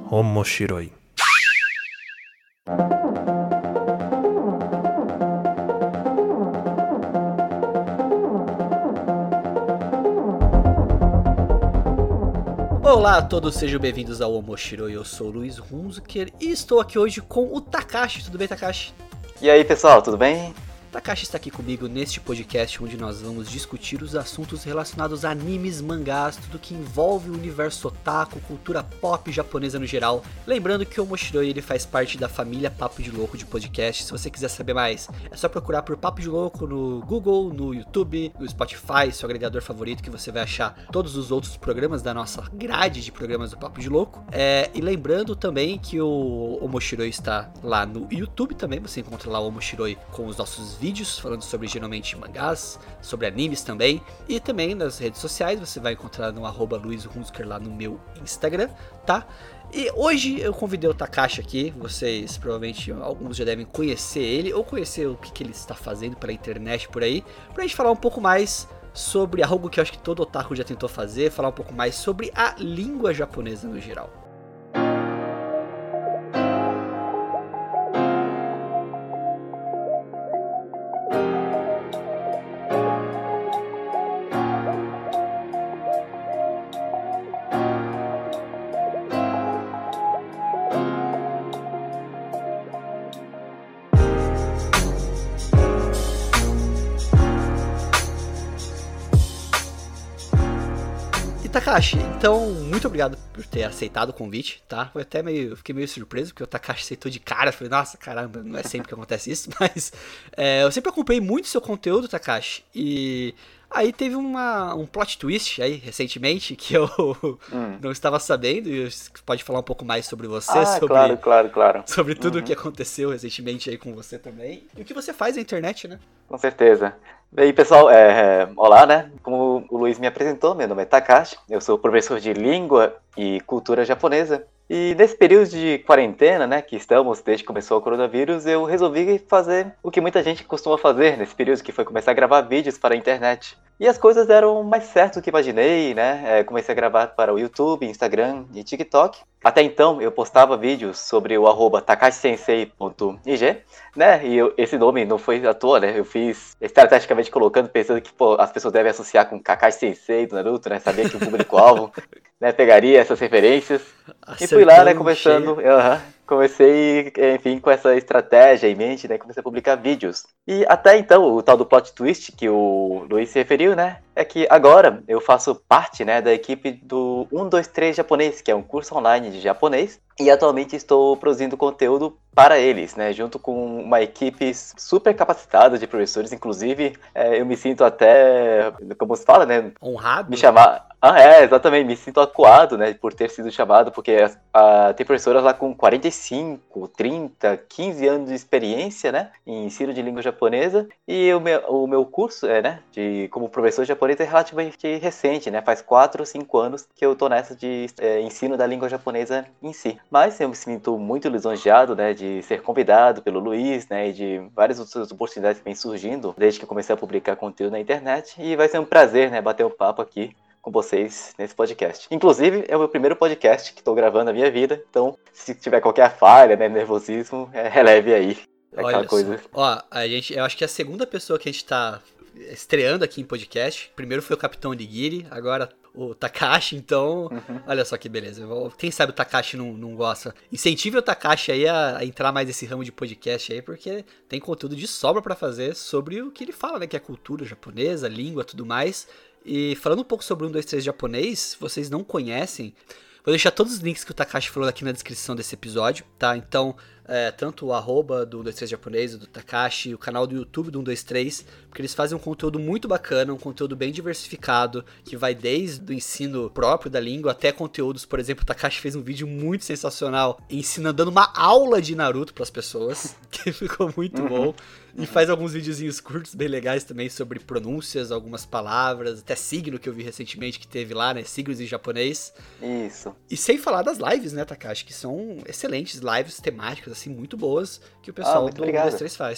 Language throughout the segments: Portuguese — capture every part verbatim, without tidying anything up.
Omoshiroi. Olá a todos, sejam bem-vindos ao Omoshiroi. Eu sou o Luiz Hunziker e estou aqui hoje com o Takashi. Tudo bem, Takashi? E aí, pessoal, tudo bem? Takashi está aqui comigo neste podcast onde nós vamos discutir os assuntos relacionados a animes, mangás, tudo que envolve o universo otaku, cultura pop japonesa no geral. Lembrando que o Omoshiroi ele faz parte da família Papo de Louco de podcast. Se você quiser saber mais, é só procurar por Papo de Louco no Google, no YouTube, no Spotify, seu agregador favorito, que você vai achar todos os outros programas da nossa grade de programas do Papo de Louco. É, e lembrando também que o Omoshiroi está lá no YouTube também, você encontra lá o Omoshiroi com os nossos vídeos falando sobre geralmente mangás, sobre animes também, e também nas redes sociais você vai encontrar no arroba Luiz Hunziker lá no meu Instagram, tá? E hoje eu convidei o Takashi aqui, vocês provavelmente alguns já devem conhecer ele, ou conhecer o que, que ele está fazendo pela internet por aí, pra gente falar um pouco mais sobre algo que eu acho que todo otaku já tentou fazer, falar um pouco mais sobre a língua japonesa no geral. Takashi, então, muito obrigado por ter aceitado o convite, tá? Foi até meio, fiquei meio surpreso, porque o Takashi aceitou de cara, falei, nossa, caramba, não é sempre que acontece isso, mas é, eu sempre acompanhei muito seu conteúdo, Takashi, e aí teve uma, um plot twist aí, recentemente, que eu hum. não estava sabendo, e você pode falar um pouco mais sobre você, ah, sobre, claro, claro, claro. sobre tudo o uhum. que aconteceu recentemente aí com você também, e o que você faz na internet, né? Com certeza. E aí, pessoal, é, olá, né? Como o Luiz me apresentou, meu nome é Takashi, eu sou professor de língua e cultura japonesa. E nesse período de quarentena, né, que estamos desde que começou o coronavírus, eu resolvi fazer o que muita gente costuma fazer nesse período, que foi começar a gravar vídeos para a internet. E as coisas deram mais certo do que imaginei, né? É, comecei a gravar para o YouTube, Instagram e TikTok. Até então, eu postava vídeos sobre o arroba takashisensei ponto i g, né? E eu, esse nome não foi à toa, né? Eu fiz estrategicamente colocando, pensando que pô, as pessoas devem associar com Kakashi Sensei do Naruto, né? Sabia que o público-alvo né, pegaria essas referências. Acertando, e fui lá, né, começando... Uh-huh, comecei, enfim, com essa estratégia em mente, né? Comecei a publicar vídeos. E até então, o tal do plot twist que o Luiz se referiu, né? É que agora eu faço parte, né, da equipe do um dois três japonês, que é um curso online de japonês. E atualmente estou produzindo conteúdo para eles, né, junto com uma equipe super capacitada de professores. Inclusive, é, eu me sinto até, como se fala, né? Honrado? Me chamar... Ah, é, exatamente, me sinto acuado, né, por ter sido chamado, porque uh, tem professoras lá com quarenta e cinco, trinta, quinze anos de experiência, né, em ensino de língua japonesa, e o meu, o meu curso, é, né, de, como professor japonês é relativamente recente, né, faz quatro ou cinco anos que eu tô nessa de é, ensino da língua japonesa em si. Mas eu me sinto muito lisonjeado, né, de ser convidado pelo Luiz, né, e de várias outras oportunidades que vêm surgindo desde que eu comecei a publicar conteúdo na internet, e vai ser um prazer, né, bater um papo aqui com vocês nesse podcast. Inclusive, é o meu primeiro podcast que estou gravando na minha vida, então se tiver qualquer falha, né, nervosismo, é, releve aí. É aquela Olha coisa. Só. Ó, a gente, eu acho que é a segunda pessoa que a gente tá estreando aqui em podcast. Primeiro foi o Capitão Nigiri, agora o Takashi, então, uhum. Olha só que beleza. Quem sabe o Takashi não, não gosta. Incentive o Takashi aí a, a entrar mais nesse ramo de podcast aí, porque tem conteúdo de sobra pra fazer sobre o que ele fala, né, que é a cultura japonesa, língua, tudo mais. E falando um pouco sobre o um dois três japonês, se vocês não conhecem, vou deixar todos os links que o Takashi falou aqui na descrição desse episódio, tá? Então, é, tanto o arroba do um dois três japonês, do Takashi, o canal do YouTube do um dois três, porque eles fazem um conteúdo muito bacana, um conteúdo bem diversificado, que vai desde o ensino próprio da língua até conteúdos, por exemplo, o Takashi fez um vídeo muito sensacional, ensinando, dando uma aula de Naruto para as pessoas, que ficou muito bom. E faz alguns videozinhos curtos bem legais também sobre pronúncias, algumas palavras, até signo que eu vi recentemente que teve lá, né? Signos em japonês. Isso. E sem falar das lives, né, Takashi? Que são excelentes lives temáticas, assim, muito boas, que o pessoal ah, do um dois três faz.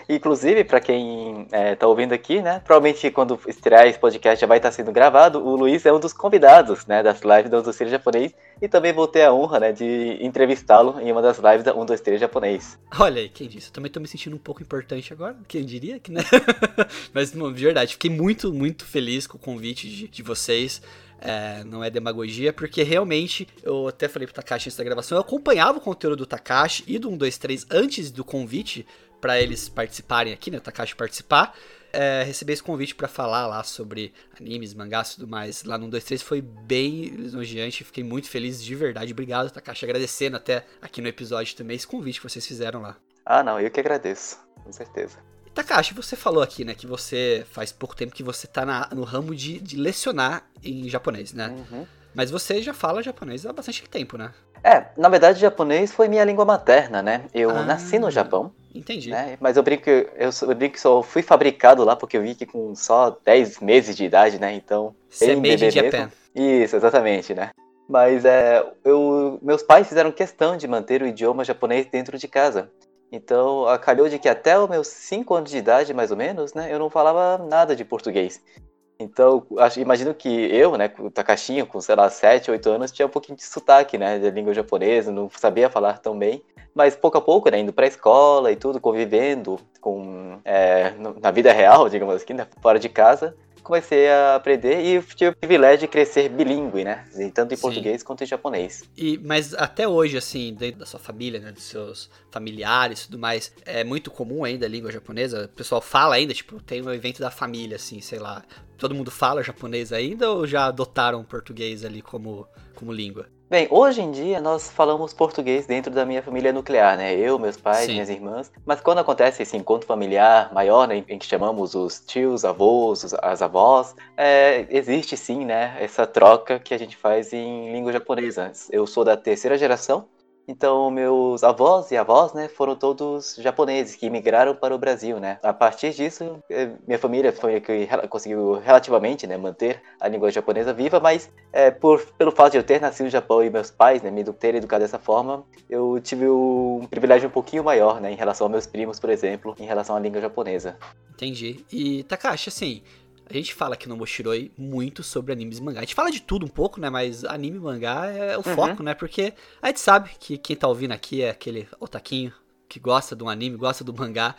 Inclusive, pra quem é, tá ouvindo aqui, né? Provavelmente quando estrear esse podcast já vai estar sendo gravado. O Luiz é um dos convidados, né? Das lives da um, dois, três japonês. E também vou ter a honra, né? De entrevistá-lo em uma das lives da um, dois, três japonês. Olha aí, quem disse? Eu também tô me sentindo um pouco importante agora. Quem diria que, né? Mas, de verdade, fiquei muito, muito feliz com o convite de, de vocês. É, não é demagogia, porque realmente, eu até falei pro Takashi antes da gravação, eu acompanhava o conteúdo do Takashi e do um, dois, três antes do convite pra eles participarem aqui, né, o Takashi participar. É, receber esse convite pra falar lá sobre animes, mangás e tudo mais lá no um, dois, três foi bem lisonjeante, fiquei muito feliz de verdade. Obrigado, Takashi, agradecendo até aqui no episódio também esse convite que vocês fizeram lá. Ah, não, eu que agradeço, com certeza. Takashi, você falou aqui, né, que você faz pouco tempo que você tá na, no ramo de, de lecionar em japonês, né? Uhum. Mas você já fala japonês há bastante tempo, né? É, na verdade, japonês foi minha língua materna, né? Eu Ah, nasci no Japão. Entendi. Né? Mas eu brinco, eu, eu brinco que só fui fabricado lá porque eu vi que com só dez meses de idade, né? Então, Você é bem made in bebê Japan. mesmo. Isso, exatamente, né? Mas é, eu, meus pais fizeram questão de manter o idioma japonês dentro de casa. Então, acabou de que até os meus cinco anos de idade, mais ou menos, né? Eu não falava nada de português. Então, acho, imagino que eu, né, com o Takashinho, com, sei lá, sete, oito anos, tinha um pouquinho de sotaque, né, da língua japonesa, não sabia falar tão bem. Mas pouco a pouco, né, indo pra escola e tudo, convivendo com, é, na vida real, digamos assim, né, fora de casa, comecei a aprender e tive o privilégio de crescer bilíngue, né, tanto em Sim. português quanto em japonês. E, mas até hoje, assim, dentro da sua família, né, dos seus familiares e tudo mais, é muito comum ainda a língua japonesa? O pessoal fala ainda, tipo, tem um evento da família, assim, sei lá, todo mundo fala japonês ainda ou já adotaram português ali como, como língua? Bem, hoje em dia nós falamos português dentro da minha família nuclear, né? Eu, meus pais, Sim. minhas irmãs. Mas quando acontece esse encontro familiar maior, né, em que chamamos os tios, avós, os- as avós, é, existe sim, né, essa troca que a gente faz em língua japonesa. Eu sou da terceira geração, então meus avós e avós, né, foram todos japoneses que imigraram para o Brasil, né? A partir disso, eh, minha família foi a que rela- conseguiu relativamente, né, manter a língua japonesa viva, mas é, por, pelo fato de eu ter nascido no Japão e meus pais, né, me edu- terem educado dessa forma, eu tive um privilégio um pouquinho maior, né, em relação aos meus primos, por exemplo, em relação à língua japonesa. Entendi. E, Takashi, assim, a gente fala aqui no Mochiroi muito sobre animes e mangá. A gente fala de tudo um pouco, né? Mas anime e mangá é o foco, né? Porque a gente sabe que quem tá ouvindo aqui é aquele otaquinho que gosta do anime, gosta do mangá.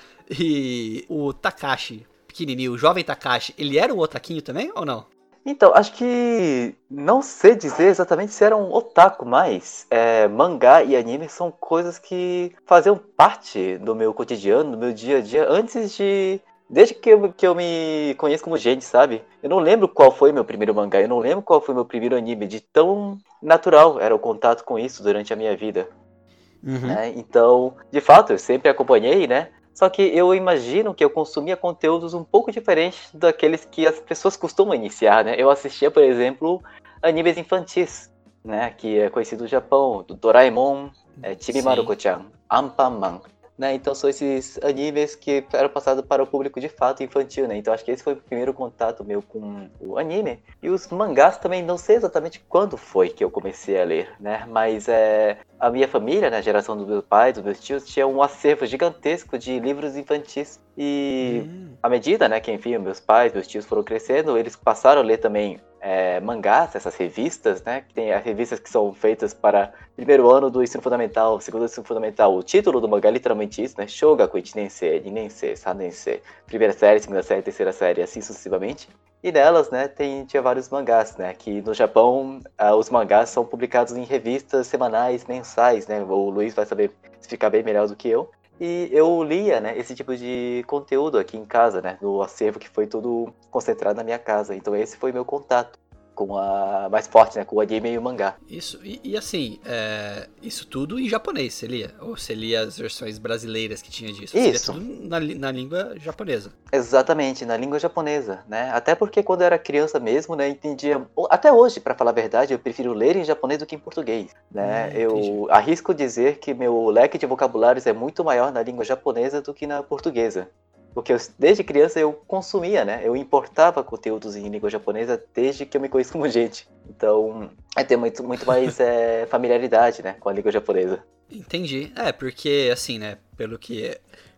E o Takashi, pequenininho, o jovem Takashi, ele era um otaquinho também ou não? Então, acho que não sei dizer exatamente se era um otaku, mas é, mangá e anime são coisas que faziam parte do meu cotidiano, do meu dia a dia, antes de... Desde que eu, que eu me conheço como gente, sabe? Eu não lembro qual foi meu primeiro mangá, eu não lembro qual foi meu primeiro anime, de tão natural era o contato com isso durante a minha vida. Uhum. Né? Então, de fato, eu sempre acompanhei, né? Só que eu imagino que eu consumia conteúdos um pouco diferentes daqueles que as pessoas costumam iniciar, né? Eu assistia, por exemplo, animes infantis, né? Que é conhecido no Japão, do Doraemon, é, Chibi Sim. Maruko-chan, Anpanman. Né? Então são esses animes que eram passados para o público de fato infantil, né? Então acho que esse foi o primeiro contato meu com o anime. E os mangás também não sei exatamente quando foi que eu comecei a ler, né? Mas é, a minha família, né, a geração do meu pai, dos meus tios, tinha um acervo gigantesco de livros infantis. E Hum. à medida, né, que enfim, meus pais, meus tios foram crescendo, eles passaram a ler também é, mangás, essas revistas, né? Que tem as revistas que são feitas para primeiro ano do ensino fundamental, segundo ensino fundamental. O título do mangá é literalmente isso, né? Shogaku Ichinensei, Ninensei, Sanensei, primeira série, segunda série, terceira série, assim sucessivamente. E nelas, né, tem, tinha vários mangás, né? Que no Japão, ah, os mangás são publicados em revistas semanais, mensais, né? O Luiz vai saber explicar bem melhor do que eu. E eu lia, né, esse tipo de conteúdo aqui em casa, né, no acervo que foi tudo concentrado na minha casa. Então esse foi meu contato com a mais forte, né, com o anime e o mangá. Isso, e, e assim, é, isso tudo em japonês, você lia? Ou você lia as versões brasileiras que tinha disso? Você Isso. lia tudo na, li- na língua japonesa? Exatamente, na língua japonesa, né? Até porque quando eu era criança mesmo, né, entendia... Até hoje, para falar a verdade, eu prefiro ler em japonês do que em português, né? Hum, eu entendi. arrisco dizer que meu leque de vocabulários é muito maior na língua japonesa do que na portuguesa. Porque eu, desde criança eu consumia, né? Eu importava conteúdos em língua japonesa desde que eu me conheço como gente. Então, eu tenho muito, muito mais é, familiaridade, né, com a língua japonesa. Entendi. É, porque assim, né, pelo que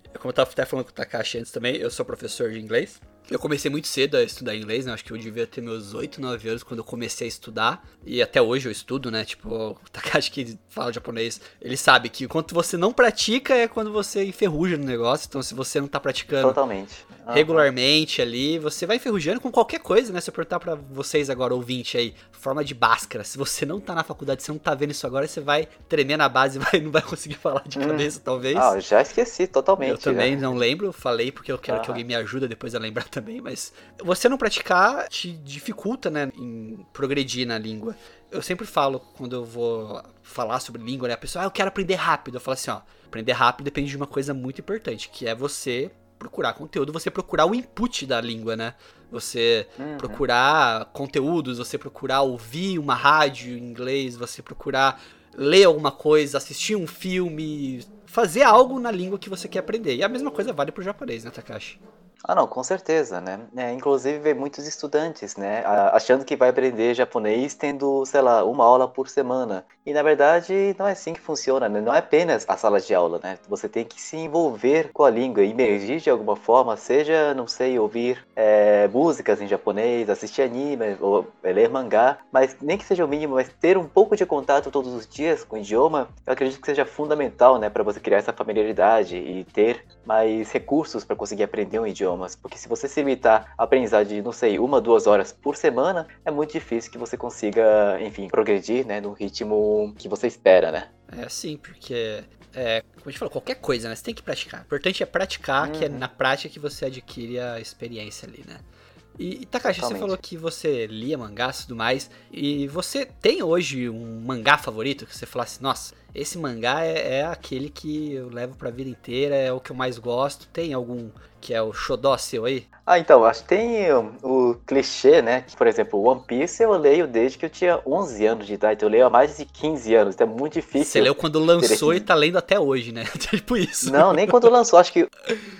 como eu tava até falando com o Takashi antes também, eu sou professor de inglês. Eu comecei muito cedo a estudar inglês, né? Acho que eu devia ter meus oito, nove anos quando eu comecei a estudar. E até hoje eu estudo, né? Tipo, o Takashi que fala japonês, ele sabe que enquanto você não pratica é quando você enferruja no negócio. Então, se você não tá praticando Totalmente. Uhum. regularmente ali, você vai enferrujando com qualquer coisa, né? Se eu perguntar pra vocês agora, ouvinte aí, forma de Bhaskara, se você não tá na faculdade, você não tá vendo isso agora, você vai tremer na base e vai, não vai conseguir falar de cabeça, hum. talvez. Ah, eu já esqueci totalmente. Eu também já. não lembro, falei porque eu quero uhum. que alguém me ajude depois a lembrar também, mas você não praticar te dificulta, né, em progredir na língua. Eu sempre falo, quando eu vou falar sobre língua, né, a pessoa, ah, eu quero aprender rápido. Eu falo assim, ó, aprender rápido depende de uma coisa muito importante, que é você procurar conteúdo, você procurar o input da língua, né? Você uhum. procurar conteúdos, você procurar ouvir uma rádio em inglês, você procurar ler alguma coisa, assistir um filme, fazer algo na língua que você quer aprender. E a mesma coisa vale pro japonês, né, Takashi? Ah, não, com certeza, né? É, inclusive, vê muitos estudantes, né? Achando que vai aprender japonês tendo, sei lá, uma aula por semana. E, na verdade, não é assim que funciona, né? Não é apenas a sala de aula, né? Você tem que se envolver com a língua, imergir de alguma forma, seja, não sei, ouvir é, músicas em japonês, assistir anime, ou é, ler mangá. Mas nem que seja o mínimo, mas ter um pouco de contato todos os dias com o idioma, eu acredito que seja fundamental, né? Para você criar essa familiaridade e ter mais recursos para conseguir aprender um idioma. Porque se você se limitar a aprendizar de, não sei, uma, duas horas por semana, é muito difícil que você consiga, enfim, progredir, né, no ritmo que você espera, né? É sim, porque, é, como a gente falou, qualquer coisa, né, você tem que praticar. O importante é praticar, uhum. que é na prática que você adquire a experiência ali, né? E, Takashi, você falou que você lia mangás e tudo mais, e você tem hoje um mangá favorito que você falasse, nossa, esse mangá é, é aquele que eu levo pra vida inteira, é o que eu mais gosto. Tem algum que é o xodó seu aí? Ah, então, acho que tem o, o clichê, né, que, por exemplo, One Piece eu leio desde que eu tinha onze anos de idade, então eu leio há mais de quinze anos, então é muito difícil. Você leu quando lançou e tá lendo até hoje, né? Tipo isso. Não, nem quando lançou, acho que...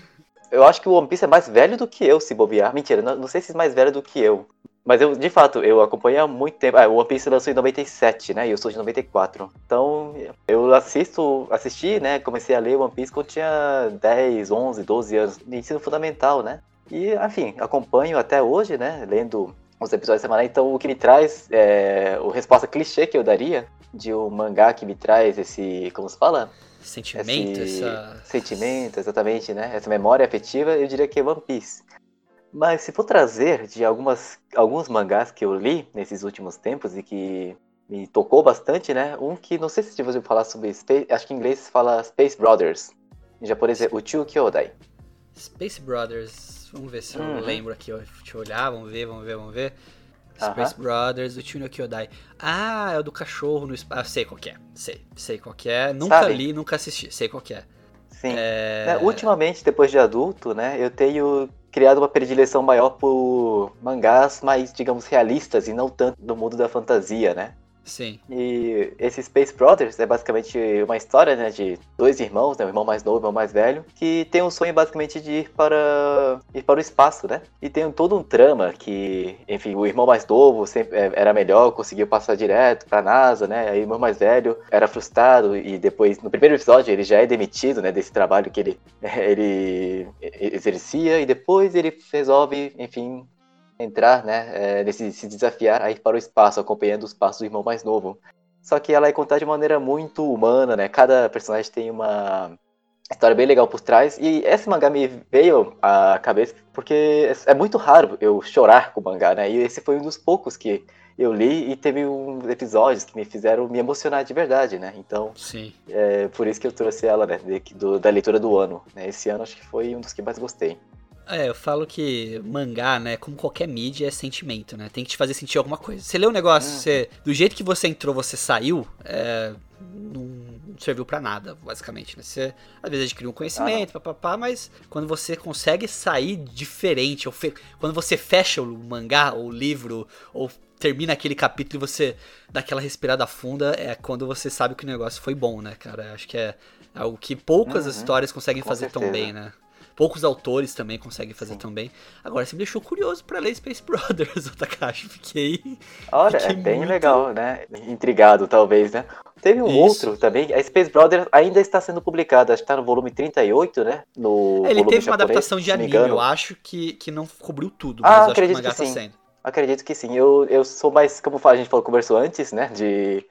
Eu acho que o One Piece é mais velho do que eu, se bobear. Mentira, não, não sei se é mais velho do que eu. Mas eu, de fato, eu acompanho há muito tempo. Ah, o One Piece lançou em noventa e sete, né? E eu sou de noventa e quatro. Então, eu assisto, assisti, né? Comecei a ler One Piece quando tinha dez, onze, doze anos. De ensino fundamental, né? E, enfim, acompanho até hoje, né? Lendo os episódios semanais. Então, o que me traz, é, a resposta clichê que eu daria de um mangá que me traz esse, como se fala? Sentimento, esse essa... sentimento, exatamente, né? Essa memória afetiva, eu diria que é One Piece. Mas se for trazer de algumas, alguns mangás que eu li nesses últimos tempos e que me tocou bastante, né? Um que, não sei se você ouviu falar sobre Space, acho que em inglês se fala Space Brothers. Em japonês é Uchu Kyodai. Space Brothers, vamos ver se eu uhum. lembro aqui, deixa eu olhar, vamos ver, vamos ver, vamos ver. Space uh-huh. Brothers, o Tune Kyodai. Ah, é o do cachorro no espaço. Ah, sei qual que é. Sei, sei qual que é. Nunca Sabe? li, nunca assisti. Sei qual que é. Sim. É... É, ultimamente, depois de adulto, né, eu tenho criado uma predileção maior por mangás mais, digamos, realistas e não tanto do mundo da fantasia, né? Sim. E esse Space Brothers é basicamente uma história, né, de dois irmãos, né, o irmão mais novo e o irmão mais velho, que tem um sonho basicamente de ir para, ir para o espaço, né? E tem todo um trama que, enfim, o irmão mais novo sempre era melhor, conseguiu passar direto para a NASA, né? Aí o irmão mais velho era frustrado e depois, no primeiro episódio, ele já é demitido, né, desse trabalho que ele, ele exercia e depois ele resolve, enfim... entrar, né, é, nesse, se desafiar a ir para o espaço, acompanhando os passos do irmão mais novo. Só que ela é contada de maneira muito humana, né, cada personagem tem uma história bem legal por trás, e esse mangá me veio à cabeça porque é muito raro eu chorar com o mangá, né, e esse foi um dos poucos que eu li e teve uns episódios que me fizeram me emocionar de verdade, né, então Sim. É por isso que eu trouxe ela, né, de, do, da leitura do ano, né, esse ano acho que foi um dos que mais gostei. É, eu falo que mangá, né, como qualquer mídia, é sentimento, né? Tem que te fazer sentir alguma coisa. Você lê um negócio, uhum. você, do jeito que você entrou, você saiu, é, não serviu pra nada, basicamente, né? Você, às vezes, adquiriu um conhecimento, ah, papapá, mas quando você consegue sair diferente, ou fe... quando você fecha o mangá, ou o livro, ou termina aquele capítulo e você dá aquela respirada funda, é quando você sabe que o negócio foi bom, né, cara? Acho que é algo que poucas uhum. histórias conseguem Com fazer certeza. tão bem, né? Poucos autores também conseguem fazer Sim. tão bem. Agora, você me deixou curioso pra ler Space Brothers, o Takashi. Fiquei... Olha, fiquei é bem muito... legal, né? Intrigado, talvez, né? Teve um Isso. outro também, a Space Brothers ainda está sendo publicada, acho que tá no volume trinta e oito, né? No É, ele volume teve uma japonês, adaptação de se não me anime, engano. eu acho que, que não cobriu tudo, Ah, mas eu acho que o acredito mangá que tá sim. sendo. Acredito que sim. Eu, eu sou mais, como a gente falou, conversou antes, né? De,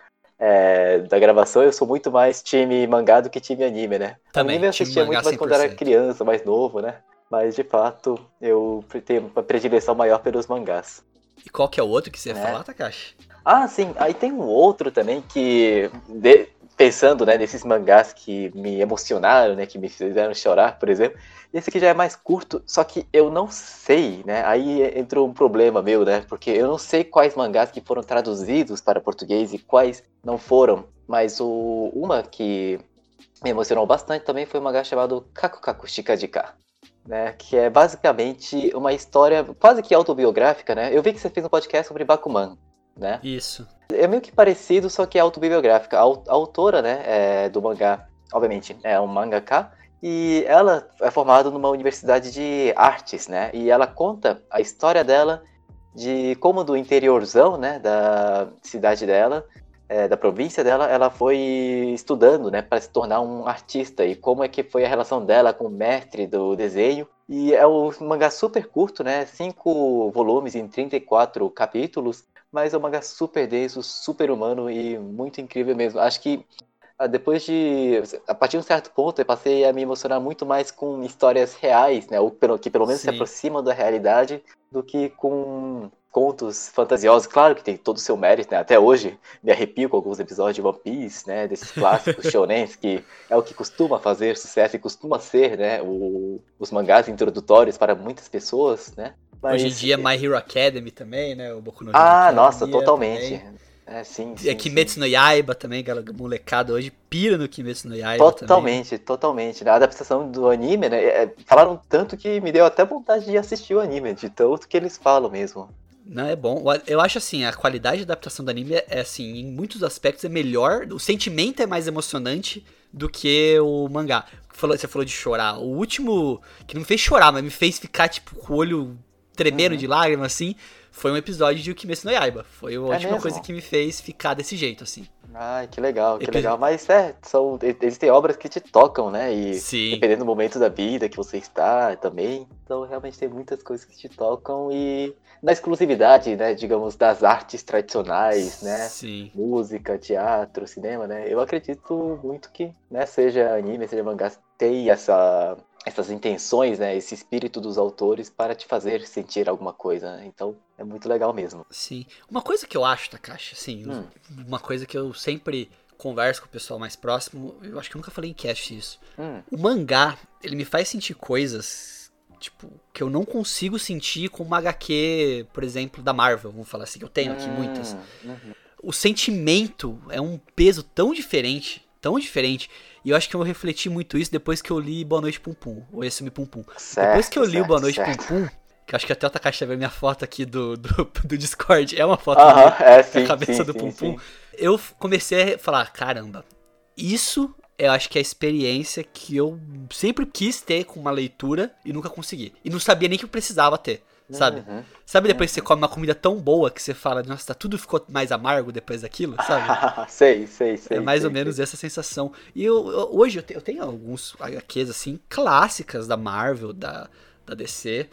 é, da gravação, eu sou muito mais time mangá do que time anime, né? Também, Anime eu time assistia mangá muito mais quando era cem por cento. criança, mais novo, né? Mas de fato, eu tenho uma predileção maior pelos mangás. E qual que é o outro que você ia É. falar, Takashi? Ah, sim. Aí tem um outro também que, de- pensando, né, nesses mangás que me emocionaram, né, que me fizeram chorar, por exemplo. Esse aqui já é mais curto, só que eu não sei, né? Aí entrou um problema meu, né? Porque eu não sei quais mangás que foram traduzidos para português e quais não foram. Mas o, uma que me emocionou bastante também foi um mangá chamado Kaku Kaku Shikajika. Né, que é basicamente uma história quase que autobiográfica, né? Eu vi que você fez um podcast sobre Bakuman, né? Isso. É meio que parecido, só que é autobiográfica. A, au- a autora, né, é, do mangá, obviamente, é um mangaka, e ela é formada numa universidade de artes, né? E ela conta a história dela de como do interiorzão, né, da cidade dela, é, da província dela, ela foi estudando, né, para se tornar um artista e como é que foi a relação dela com o mestre do desenho. E é um mangá super curto, né, cinco volumes em trinta e quatro capítulos, mas é um mangá super denso, super humano e muito incrível mesmo. Acho que ah, depois de. A partir de um certo ponto, eu passei a me emocionar muito mais com histórias reais, né? Ou pelo, que pelo menos se Sim. aproximam da realidade, do que com contos fantasiosos. Claro que tem todo o seu mérito, né? Até hoje me arrepio com alguns episódios de One Piece, né? Desses clássicos shonens, que é o que costuma fazer sucesso e costuma ser, né? O, os mangás introdutórios para muitas pessoas, né? Hoje em Mas. dia, My Hero Academy também, né? O Boku no Hero Ah, Academia nossa, totalmente. também. É, sim, É sim, sim. Kimetsu no Yaiba também, aquela molecada hoje pira no Kimetsu no Yaiba também, né? Totalmente, totalmente. A adaptação do anime, né? é, Falaram tanto que me deu até vontade de assistir o anime, de tanto que eles falam mesmo. Não, é bom. Eu acho assim, a qualidade de adaptação do anime é assim, em muitos aspectos é melhor, o sentimento é mais emocionante do que o mangá. Você falou de chorar. O último, que não me fez chorar, mas me fez ficar, tipo, com o olho tremendo Uhum. de lágrimas, assim, foi um episódio de O Kimetsu no Yaiba. Foi a É última mesmo? coisa que me fez ficar desse jeito, assim. Ai, que legal, que Epi- legal. Mas é, são, existem obras que te tocam, né? E Sim, dependendo do momento da vida que você está também. Então realmente tem muitas coisas que te tocam e na exclusividade, né? Digamos, das artes tradicionais, né? sim. Música, teatro, cinema, né? Eu acredito muito que, né, seja anime, seja mangá, tem essa, essas intenções, né? Esse espírito dos autores para te fazer sentir alguma coisa, né? Então é muito legal mesmo. Sim. Uma coisa que eu acho, Takashi, assim, Hum. uma coisa que eu sempre converso com o pessoal mais próximo, eu acho que eu nunca falei em cast isso. Hum. O mangá, ele me faz sentir coisas, tipo, que eu não consigo sentir com uma H Q, por exemplo, da Marvel, vamos falar assim, que eu tenho aqui Hum, muitas. uhum. O sentimento é um peso tão diferente, tão diferente, e eu acho que eu refleti muito isso depois que eu li Boa Noite Pum Pum, ou Esse Me Pum Pum. Certo, Depois que eu li o certo, Boa Noite certo. Pum Pum, que eu acho que até o Takashi vai ver minha foto aqui do, do, do Discord, é uma foto Aham, minha, é, com a sim, cabeça sim, do sim, Pum Pum. sim. Eu comecei a falar, caramba, isso eu acho que é a experiência que eu sempre quis ter com uma leitura e nunca consegui. E não sabia nem que eu precisava ter, sabe? Uhum. Sabe depois que você come uma comida tão boa que você fala, nossa, tudo ficou mais amargo depois daquilo, sabe? sei, sei, sei. É mais sei, ou menos sei. essa sensação. E eu, eu- hoje eu, te- eu tenho alguns H Qs, assim, clássicas da Marvel, da, da D C.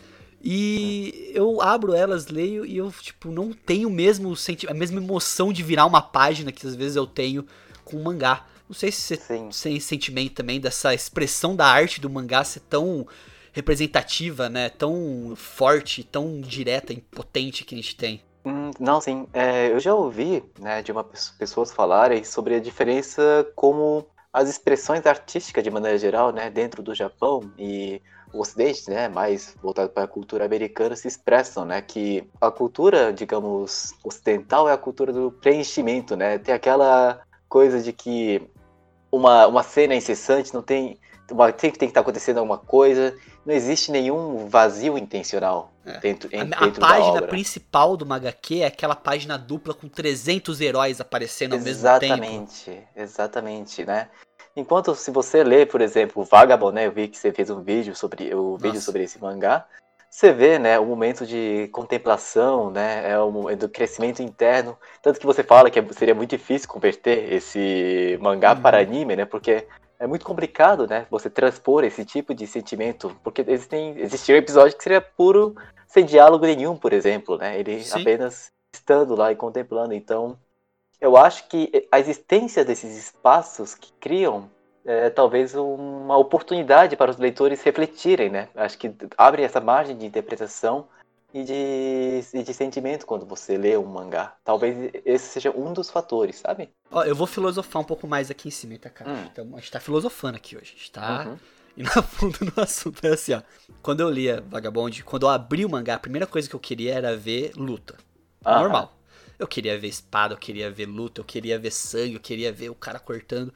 E eu abro elas, leio e eu, tipo, não tenho o mesmo senti a mesma emoção de virar uma página que às vezes eu tenho com o mangá. Não sei se você Sim. tem sentimento também dessa expressão da arte do mangá ser tão representativa, né? Tão forte, tão direta e potente que a gente tem. Hum, não, sim. É, eu já ouvi, né, de uma pes- pessoas falarem sobre a diferença como as expressões artísticas de maneira geral, né, dentro do Japão e o Ocidente, né, mais voltado para a cultura americana, se expressam, né, que a cultura, digamos, ocidental é a cultura do preenchimento, né, tem aquela coisa de que uma, uma cena incessante não tem, uma, sempre tem que estar acontecendo alguma coisa, não existe nenhum vazio intencional É. dentro, em- A, a dentro da página obra. principal do uma H Q é aquela página dupla com trezentos heróis aparecendo ao mesmo tempo. Exatamente, exatamente, né? Enquanto se você lê, por exemplo, Vagabond, né? Eu vi que você fez um vídeo sobre o vídeo Nossa. sobre esse mangá. você vê, né, o momento de contemplação, né, é o momento do crescimento interno, tanto que você fala que seria muito difícil converter esse mangá uhum. para anime, né, porque é muito complicado, né, você transpor esse tipo de sentimento, porque existem, existia um episódio que seria puro, sem diálogo nenhum, por exemplo, né, ele Sim. apenas estando lá e contemplando, então eu acho que a existência desses espaços que criam é talvez uma oportunidade para os leitores refletirem, né? Acho que abre essa margem de interpretação e de, e de sentimento quando você lê um mangá. Talvez esse seja um dos fatores, sabe? Ó, eu vou filosofar um pouco mais aqui em cima, tá, cara? Hum. Então, a gente tá filosofando aqui hoje. A gente tá uhum. indo a fundo no assunto. É assim, ó. Quando eu lia Vagabond, quando eu abri o mangá, a primeira coisa que eu queria era ver luta. Uhum. Normal. Eu queria ver espada, eu queria ver luta, eu queria ver sangue, eu queria ver o cara cortando.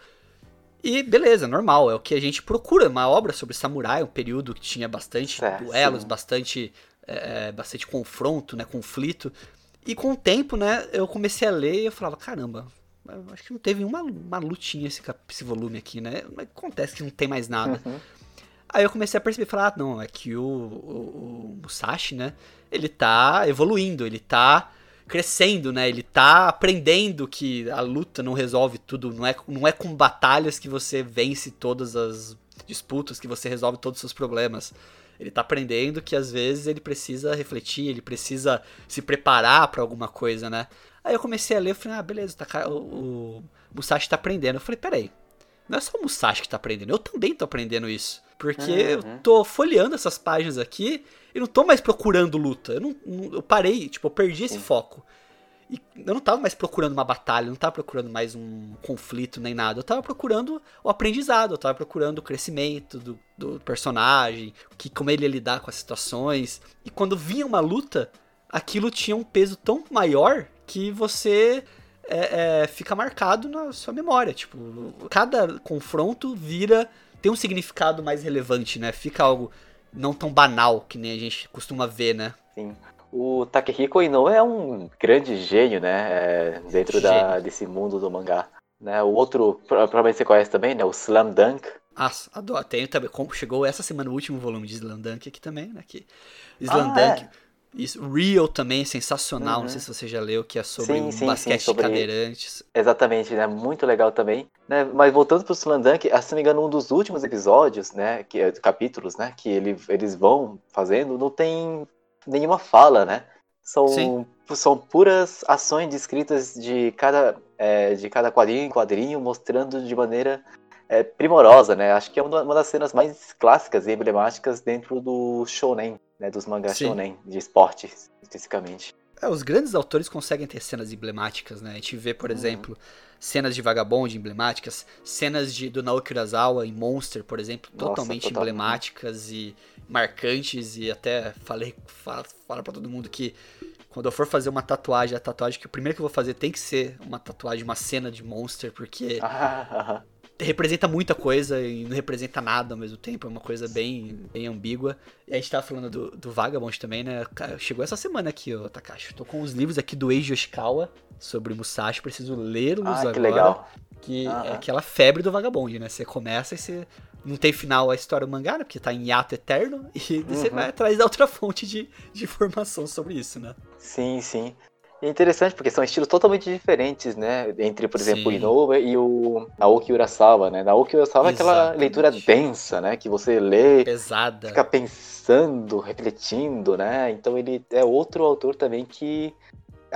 E beleza, normal, é o que a gente procura, uma obra sobre samurai, um período que tinha bastante é, duelos, sim. bastante, é, bastante confronto, né, conflito. E com o tempo, né, eu comecei a ler e eu falava, caramba, acho que não teve uma, uma lutinha esse, esse volume aqui, né? Acontece que não tem mais nada. Uhum. Aí eu comecei a perceber, falar, ah, não, é que o, o, o Musashi, né, ele tá evoluindo, ele tá crescendo, né? Ele tá aprendendo que a luta não resolve tudo, não é, não é com batalhas que você vence todas as disputas, que você resolve todos os seus problemas. Ele tá aprendendo que às vezes ele precisa refletir, ele precisa se preparar pra alguma coisa, né? Aí eu comecei a ler, eu falei, ah, beleza, tá, o, o Musashi tá aprendendo. Eu falei, peraí, não é só o Musashi que tá aprendendo, eu também tô aprendendo isso. Porque uhum. eu tô folheando essas páginas aqui e não tô mais procurando luta. Eu, não, não, eu parei, tipo, eu perdi esse uhum. foco. E eu não tava mais procurando uma batalha, eu não tava procurando mais um conflito nem nada. Eu tava procurando o aprendizado, eu tava procurando o crescimento do, do personagem, que, como ele ia lidar com as situações. E quando vinha uma luta, aquilo tinha um peso tão maior que você é, é, fica marcado na sua memória. Tipo, cada confronto vira... tem um significado mais relevante, né? Fica algo não tão banal que nem a gente costuma ver, né? Sim. O Takehiko Inoue é um grande gênio, né? É, dentro da, desse mundo do mangá. Né? O outro, provavelmente você conhece também, né? O Slam Dunk. Ah, adoro. Tem também. Como chegou essa semana o último volume de Slam Dunk aqui também, né? Que Slam ah, Dunk. É. Isso, Real também é sensacional, uhum. Não sei se você já leu, que é sobre sim, um sim, basquete sim, sobre... de cadeirantes. Exatamente, né? Muito legal também. Né? Mas voltando pro Slam Dunk, se não me engano, um dos últimos episódios, né? Que, capítulos, né? Que ele, eles vão fazendo, não tem nenhuma fala, né? São, são puras ações descritas de cada, é, de cada quadrinho em quadrinho, mostrando de maneira é, primorosa, né? Acho que é uma, uma das cenas mais clássicas e emblemáticas dentro do shounen, né? Dos mangás Sim. shounen, de esporte, especificamente. É, os grandes autores conseguem ter cenas emblemáticas, né? A gente vê, por uhum. exemplo, cenas de Vagabond emblemáticas, cenas de, do Naoki Urasawa em Monster, por exemplo, Nossa, totalmente total. emblemáticas e marcantes, e até falei, fala, fala pra todo mundo que quando eu for fazer uma tatuagem, a tatuagem que o primeiro que eu vou fazer tem que ser uma tatuagem, uma cena de Monster, porque ah, ah, representa muita coisa e não representa nada ao mesmo tempo, é uma coisa bem, bem ambígua. E a gente tava falando do, do Vagabond também, né? Chegou essa semana aqui, ó, Takashi. Tô com os livros aqui do Eiji Yoshikawa sobre Musashi, preciso lê-los ah, agora. Que legal. Que uh-huh. é aquela febre do Vagabond, né? Você começa e você não tem final a história do mangá, né? Porque tá em hiato eterno, e uhum. você vai atrás da outra fonte de, de informação sobre isso, né? Sim, sim. E é interessante porque são estilos totalmente diferentes, né? Entre, por exemplo, Sim. o Inoue e o Naoki Urasawa, né? Naoki Urasawa é aquela leitura densa, né? Que você lê, pesada, fica pensando, refletindo, né? Então ele é outro autor também que é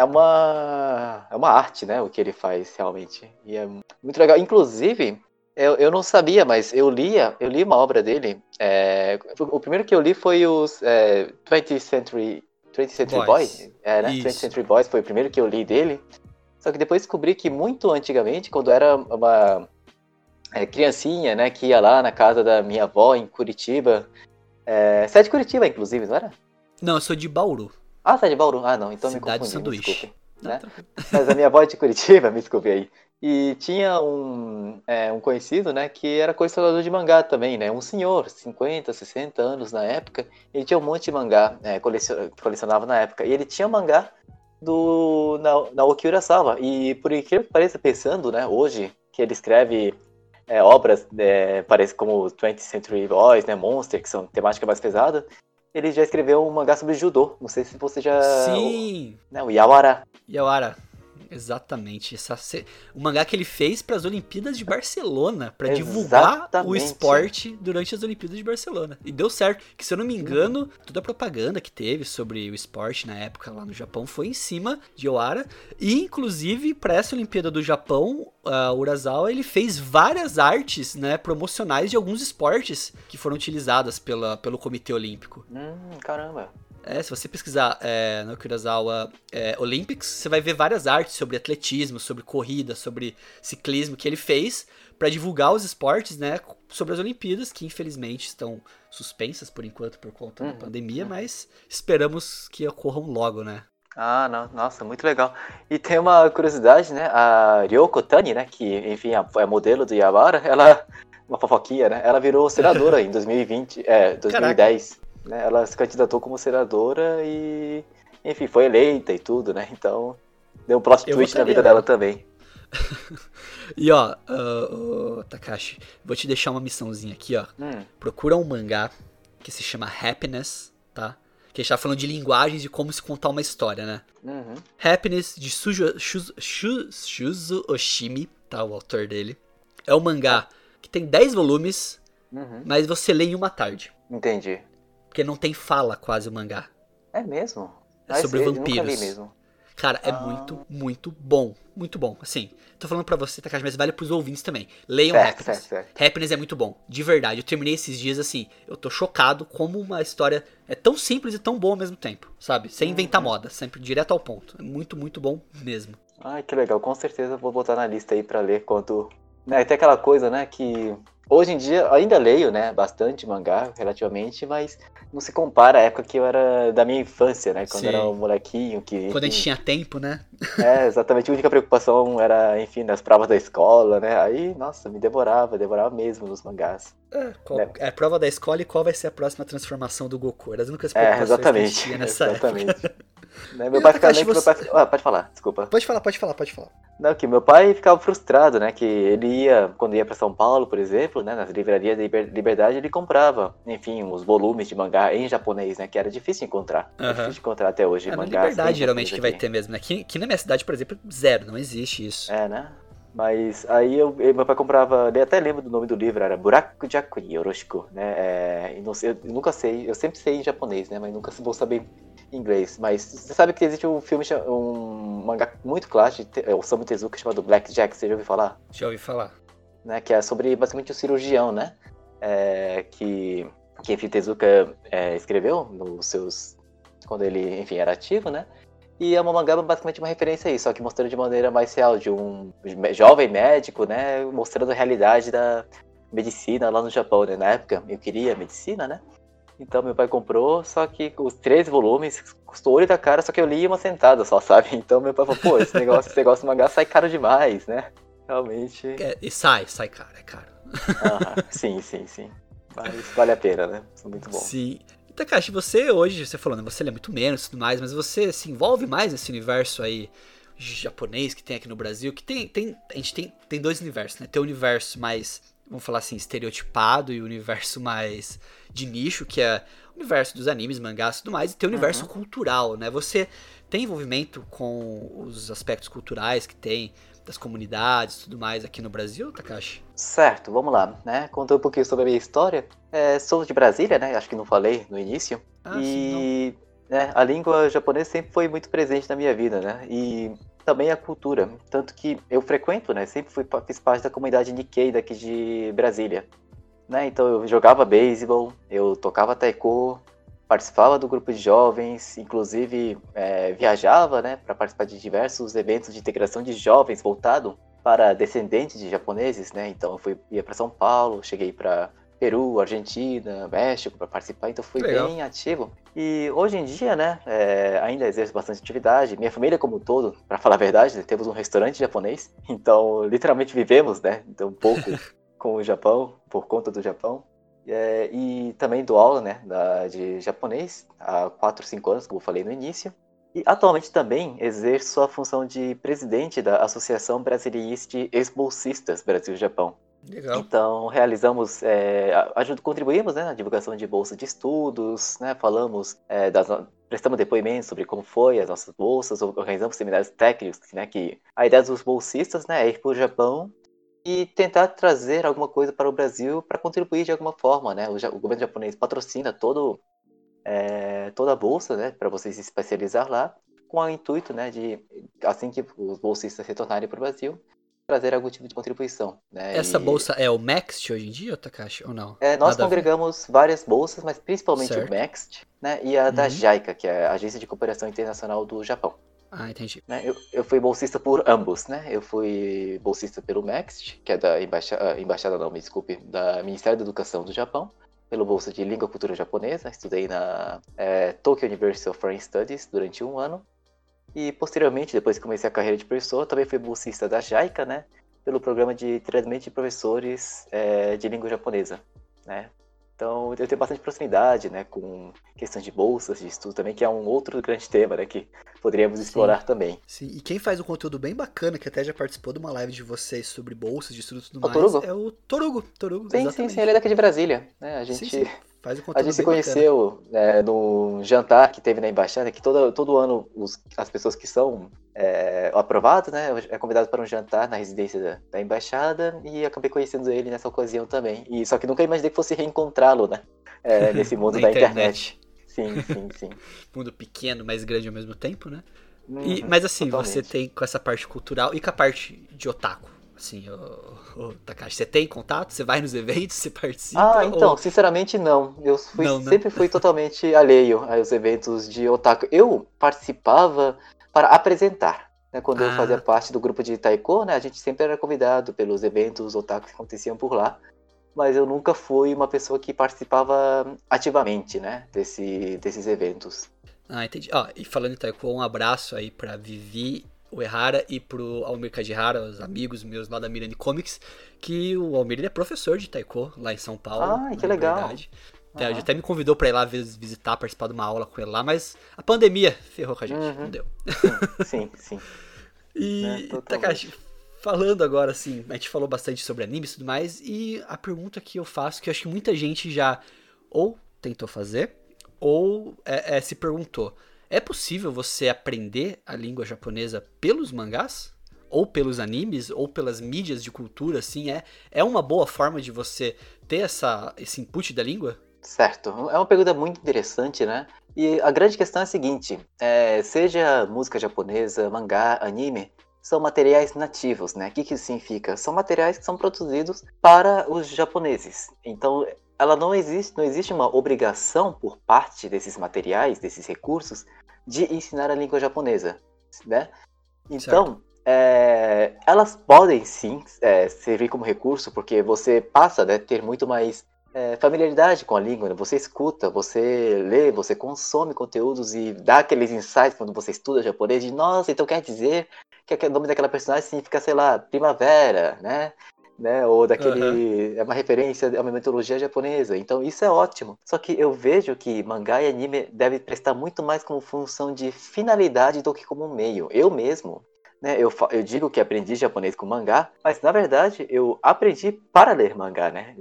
uma, é uma arte, né? O que ele faz realmente. E é muito legal. Inclusive, eu, eu não sabia, mas eu lia, eu li uma obra dele. É, o primeiro que eu li foi os é, twentieth Century twentieth Century Boys, Boy, é, né? twentieth Century Boys foi o primeiro que eu li dele. Só que depois descobri que muito antigamente, quando eu era uma é, criancinha, né, que ia lá na casa da minha avó em Curitiba, é, você é de Curitiba, inclusive, não era? Não, eu sou de Bauru. Ah, você é de Bauru? Ah, não, então Cidade me confundi, me desculpe. Não, né? tá... Mas a minha avó é de Curitiba, me desculpe aí. E tinha um, é, um conhecido, né, que era colecionador de mangá também, né, um senhor, cinquenta, sessenta anos na época, ele tinha um monte de mangá, é, colecion, colecionava na época, e ele tinha mangá do na, Naoki Urasawa, e por incrível que pareça, pensando, né, hoje, que ele escreve é, obras, é, parece como twentieth Century Boys, né, Monster, que são temática mais pesada, ele já escreveu um mangá sobre judô. Não sei se você já... Sim! O, né, o Yawara. Yawara. Exatamente. Essa, o mangá que ele fez para as Olimpíadas de Barcelona, para divulgar o esporte durante as Olimpíadas de Barcelona. E deu certo. Que, se eu não me engano, uhum. toda a propaganda que teve sobre o esporte na época lá no Japão foi em cima de Yawara. E, inclusive, para essa Olimpíada do Japão, uh, o Urasawa ele fez várias artes, né, promocionais de alguns esportes que foram utilizadas pela, pelo Comitê Olímpico. Hum, caramba. É, se você pesquisar é, no Kurosawa é, Olympics, você vai ver várias artes sobre atletismo, sobre corrida, sobre ciclismo que ele fez para divulgar os esportes, né, sobre as Olimpíadas, que infelizmente estão suspensas por enquanto por conta uhum, da pandemia, uhum. mas esperamos que ocorram logo, né? Ah, não, nossa, muito legal. E tem uma curiosidade, né, a Ryoko Tani, né, que enfim é modelo do Yawara, ela, uma fofoquinha, né, ela virou senadora em dois mil e vinte, é, dois mil e dez. Caraca. Né, ela se candidatou como senadora e, enfim, foi eleita e tudo, né? Então, deu um plot twist na vida dela também. E ó, uh, uh, Takashi, vou te deixar uma missãozinha aqui, ó. Hum. Procura um mangá que se chama Happiness, tá? Que a gente tá falando de linguagens de como se contar uma história, né? Uhum. Happiness, de Sujo, Shuzo, Shuzo, Shuzo Oshimi, tá? O autor dele. É um mangá que tem dez volumes, uhum. mas você lê em uma tarde. Entendi. Porque não tem fala quase o mangá. É mesmo? É sobre eu vampiros. Nunca li mesmo. Cara, é ah. muito, muito bom. Muito bom. Assim, tô falando pra você, Takashi, mas vale pros ouvintes também. Leiam certo, Happiness. Certo, certo. Happiness é muito bom. De verdade. Eu terminei esses dias assim. Eu tô chocado como uma história é tão simples e tão boa ao mesmo tempo. Sabe? Sem inventar uhum. moda. Sempre direto ao ponto. É muito, muito bom mesmo. Ai, que legal. Com certeza vou botar na lista aí pra ler quanto... Né, tem aquela coisa, né, que... Hoje em dia, ainda leio, né, bastante mangá, relativamente, mas não se compara à época que eu era da minha infância, né, quando Sim. eu era um molequinho que... Quando enfim, a gente tinha tempo, né? É, exatamente, a única preocupação era, enfim, nas provas da escola, né, aí, nossa, me devorava, devorava mesmo nos mangás. É, qual, né? É a prova da escola e qual vai ser a próxima transformação do Goku, era as únicas preocupações é, exatamente, que tinha nessa exatamente. Época. Né, meu pai ficava... Você... Meu pai... Ah, pode falar, desculpa. Pode falar, pode falar, pode falar. Não, que meu pai ficava frustrado, né, que ele ia, quando ia pra São Paulo, por exemplo, né, nas livrarias de Liberdade, ele comprava, enfim, os volumes de mangá em japonês, né, que era difícil de encontrar, uhum. é difícil de encontrar até hoje, é, mangá. Na Liberdade, geralmente, que vai ter mesmo, né, aqui, aqui na minha cidade, por exemplo, zero, não existe isso. É, né, mas aí eu, meu pai comprava, eu até lembro do nome do livro, era Buraku Jakui Yoroshiku, né, é, não sei, eu nunca sei, eu sempre sei em japonês, né, mas nunca vou saber inglês, mas você sabe que existe um filme, um mangá muito clássico, o Osamu Tezuka, chamado Black Jack, você já ouviu falar? Já ouvi falar. Né, que é sobre basicamente um cirurgião, né, é, que, que enfim, Tezuka é, escreveu nos seus, quando ele, enfim, era ativo, né, e é uma mangá basicamente uma referência a isso, só que mostrando de maneira mais real, de um jovem médico, né, mostrando a realidade da medicina lá no Japão, né, na época eu queria medicina, né, então meu pai comprou, só que os três volumes custou o olho da cara, só que eu li uma sentada só, sabe? Então meu pai falou, pô, esse negócio, esse negócio de mangá sai caro demais, né? Realmente... É, e sai, sai caro, é caro. Ah, sim, sim, sim. Mas vale a pena, né? Isso é muito bom. Sim. Takashi, você hoje, você falou, né, você lê muito menos e tudo mais, mas você se envolve mais nesse universo aí japonês que tem aqui no Brasil, que tem, tem a gente tem, tem dois universos, né? Tem o universo mais... vamos falar assim, estereotipado e o universo mais de nicho, que é o universo dos animes, mangás e tudo mais, e tem o universo uhum. cultural, né? Você tem envolvimento com os aspectos culturais que tem das comunidades e tudo mais aqui no Brasil, Takashi? Certo, vamos lá, né? Contando um pouquinho sobre a minha história. É, sou de Brasília, né? Acho que não falei no início. Ah, e sim, né, a língua japonesa sempre foi muito presente na minha vida, né? E também a cultura, tanto que eu frequento, né? Sempre fui, fiz parte da comunidade Nikkei daqui de Brasília, né? Então eu jogava beisebol, eu tocava taiko, participava do grupo de jovens, inclusive é, viajava, né? Para participar de diversos eventos de integração de jovens voltado para descendentes de japoneses, né? Então eu fui, ia para São Paulo, cheguei para Peru, Argentina, México para participar, então fui Legal. Bem ativo. E hoje em dia, né, é, ainda exerço bastante atividade. Minha família como um todo, para falar a verdade, né, temos um restaurante japonês, então literalmente vivemos, né, então um pouco com o Japão, por conta do Japão. É, e também dou aula, né, da, de japonês há quatro, cinco anos, como eu falei no início. E atualmente também exerço a função de presidente da Associação Brasiliense de Ex-Bolsistas Brasil-Japão. Legal. Então, realizamos, é, ajuda, contribuímos, né, na divulgação de bolsas de estudos, né, falamos, é, das, prestamos depoimentos sobre como foi as nossas bolsas, organizamos seminários técnicos, né, que a ideia dos bolsistas, né, é ir para o Japão e tentar trazer alguma coisa para o Brasil para contribuir de alguma forma, né, o, o governo japonês patrocina todo, é, toda a bolsa, né, para você se especializar lá, com o intuito, né, de, assim que os bolsistas retornarem para o Brasil, trazer algum tipo de contribuição, né? Essa E bolsa é o Maxt hoje em dia, Takashi, ou não? é, nós Nada a ver? congregamos várias bolsas, mas principalmente o Certo. Maxt, né? E a da Uhum. JICA, que é a Agência de Cooperação Internacional do Japão. Ah, entendi. Né? Eu, eu fui bolsista por ambos, né? Eu fui bolsista pelo Maxt, que é da embaixa, embaixada, não, me desculpe, da Ministério da Educação do Japão, pelo bolsa de Língua e Cultura Japonesa. Estudei na é, Tokyo University of Foreign Studies durante um ano. E posteriormente, depois que comecei a carreira de professor, também fui bolsista da JICA, né? Pelo programa de treinamento de professores é, de língua japonesa, né? Então, eu tenho bastante proximidade, né, com questões de bolsas de estudo também, que é um outro grande tema, né, que poderíamos Sim. explorar também. Sim, e quem faz um conteúdo bem bacana, que até já participou de uma live de vocês sobre bolsas de estudo e tudo O mais, Torugo? é o Torugo. Torugo, Sim, exatamente. sim, sim, ele é daqui de Brasília, né? A Sim, gente, sim, faz um a conteúdo gente se bem bacana. conheceu é, num jantar que teve na embaixada, que todo, todo ano os, as pessoas que são é, aprovadas, né, é convidado para um jantar na residência da, da embaixada, e acabei conhecendo ele nessa ocasião também. E só que nunca imaginei que fosse reencontrá-lo, né? É, nesse mundo Na da internet. internet. Sim, sim, sim. Mundo pequeno, mas grande ao mesmo tempo, né? E, Uhum, mas assim, você totalmente. tem com essa parte cultural e com a parte de otaku. Assim, o, o Takashi, você tem contato? Você vai nos eventos? Você participa? Ah, então, Ou sinceramente não. Eu fui, não, né? sempre fui totalmente alheio aos eventos de otaku. Eu participava para apresentar, né? Quando eu fazia Ah, parte do grupo de taiko, né? A gente sempre era convidado pelos eventos otaku que aconteciam por lá. Mas eu nunca fui uma pessoa que participava ativamente, né? Desse, desses eventos. ah, entendi. Ó, e falando em taiko, um abraço aí pra Vivi, o Ehara e pro Almir Kajihara, os amigos meus lá da Mirani Comics, que o Almir ele é professor de taiko lá em São Paulo, Ai, na que legal. Liberdade. Até, ele Aham. até me convidou pra ir lá visitar, participar de uma aula com ele lá, mas a pandemia ferrou com a gente, não Uhum. deu. Sim, sim, sim. Né? E, Takashi, Totalmente. falando agora assim, a gente falou bastante sobre animes e tudo mais, e a pergunta que eu faço, que eu acho que muita gente já ou tentou fazer, ou é, é, se perguntou: é possível você aprender a língua japonesa pelos mangás? Ou pelos animes, ou pelas mídias de cultura, assim, é, é uma boa forma de você ter essa, esse input da língua? Certo. É uma pergunta muito interessante, né? E a grande questão é a seguinte: é, seja música japonesa, mangá, anime, são materiais nativos, né? O que, que isso significa? São materiais que são produzidos para os japoneses. Então, ela não existe, não existe uma obrigação por parte desses materiais, desses recursos, de ensinar a língua japonesa, né? Certo. Então, é, elas podem sim é, servir como recurso, porque você passa a né, ter muito mais é, familiaridade com a língua, né? Você escuta, você lê, você consome conteúdos e dá aqueles insights quando você estuda japonês, de nossa, então quer dizer que o nome daquela personagem significa, sei lá, primavera, né? Né? Ou Aham. daquele. É uma referência a uma mitologia japonesa. Então isso é ótimo. Só que eu vejo que mangá e anime devem prestar muito mais como função de finalidade do que como meio. Eu mesmo. Né, eu, eu digo que aprendi japonês com mangá, mas na verdade eu aprendi para ler mangá, né?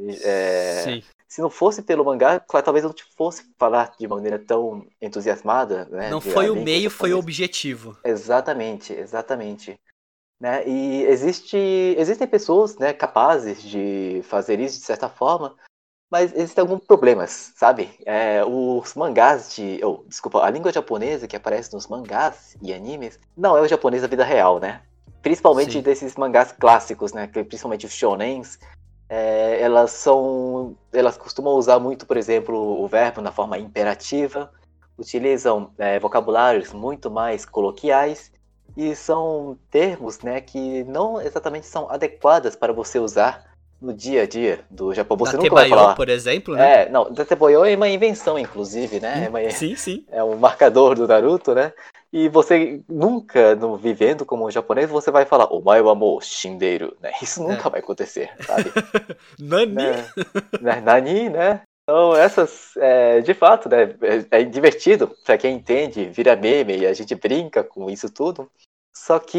É, Sim. se não fosse pelo mangá, claro, talvez eu não fosse falar de maneira tão entusiasmada, né, Não de a foi o língua meio, foi o japonesa. objetivo. Exatamente, exatamente. Né? E existe, existem pessoas, né, capazes de fazer isso de certa forma, mas existem alguns problemas, sabe? É, os mangás de... Oh, desculpa, a língua japonesa que aparece nos mangás e animes não é o japonês da vida real, né? Principalmente Sim. desses mangás clássicos, né? Principalmente os shonens. É, elas são... Elas costumam usar muito, por exemplo, o verbo na forma imperativa. Utilizam é, vocabulários muito mais coloquiais. E são termos, né, que não exatamente são adequadas para você usar no dia a dia do Japão. Você nunca vai Datebayo, falar. por exemplo, né? É, não, Dateboyo é uma invenção, inclusive, né? É, In- uma, Sim, sim. é um marcador do Naruto, né? E você nunca, no, vivendo como um japonês, você vai falar Omae wa mou shinderu, né? Isso É. nunca vai acontecer, sabe? Nani? Né? Né? Nani, né? Então, essas, é, de fato, né? É, é divertido, pra quem entende, vira meme e a gente brinca com isso tudo. Só que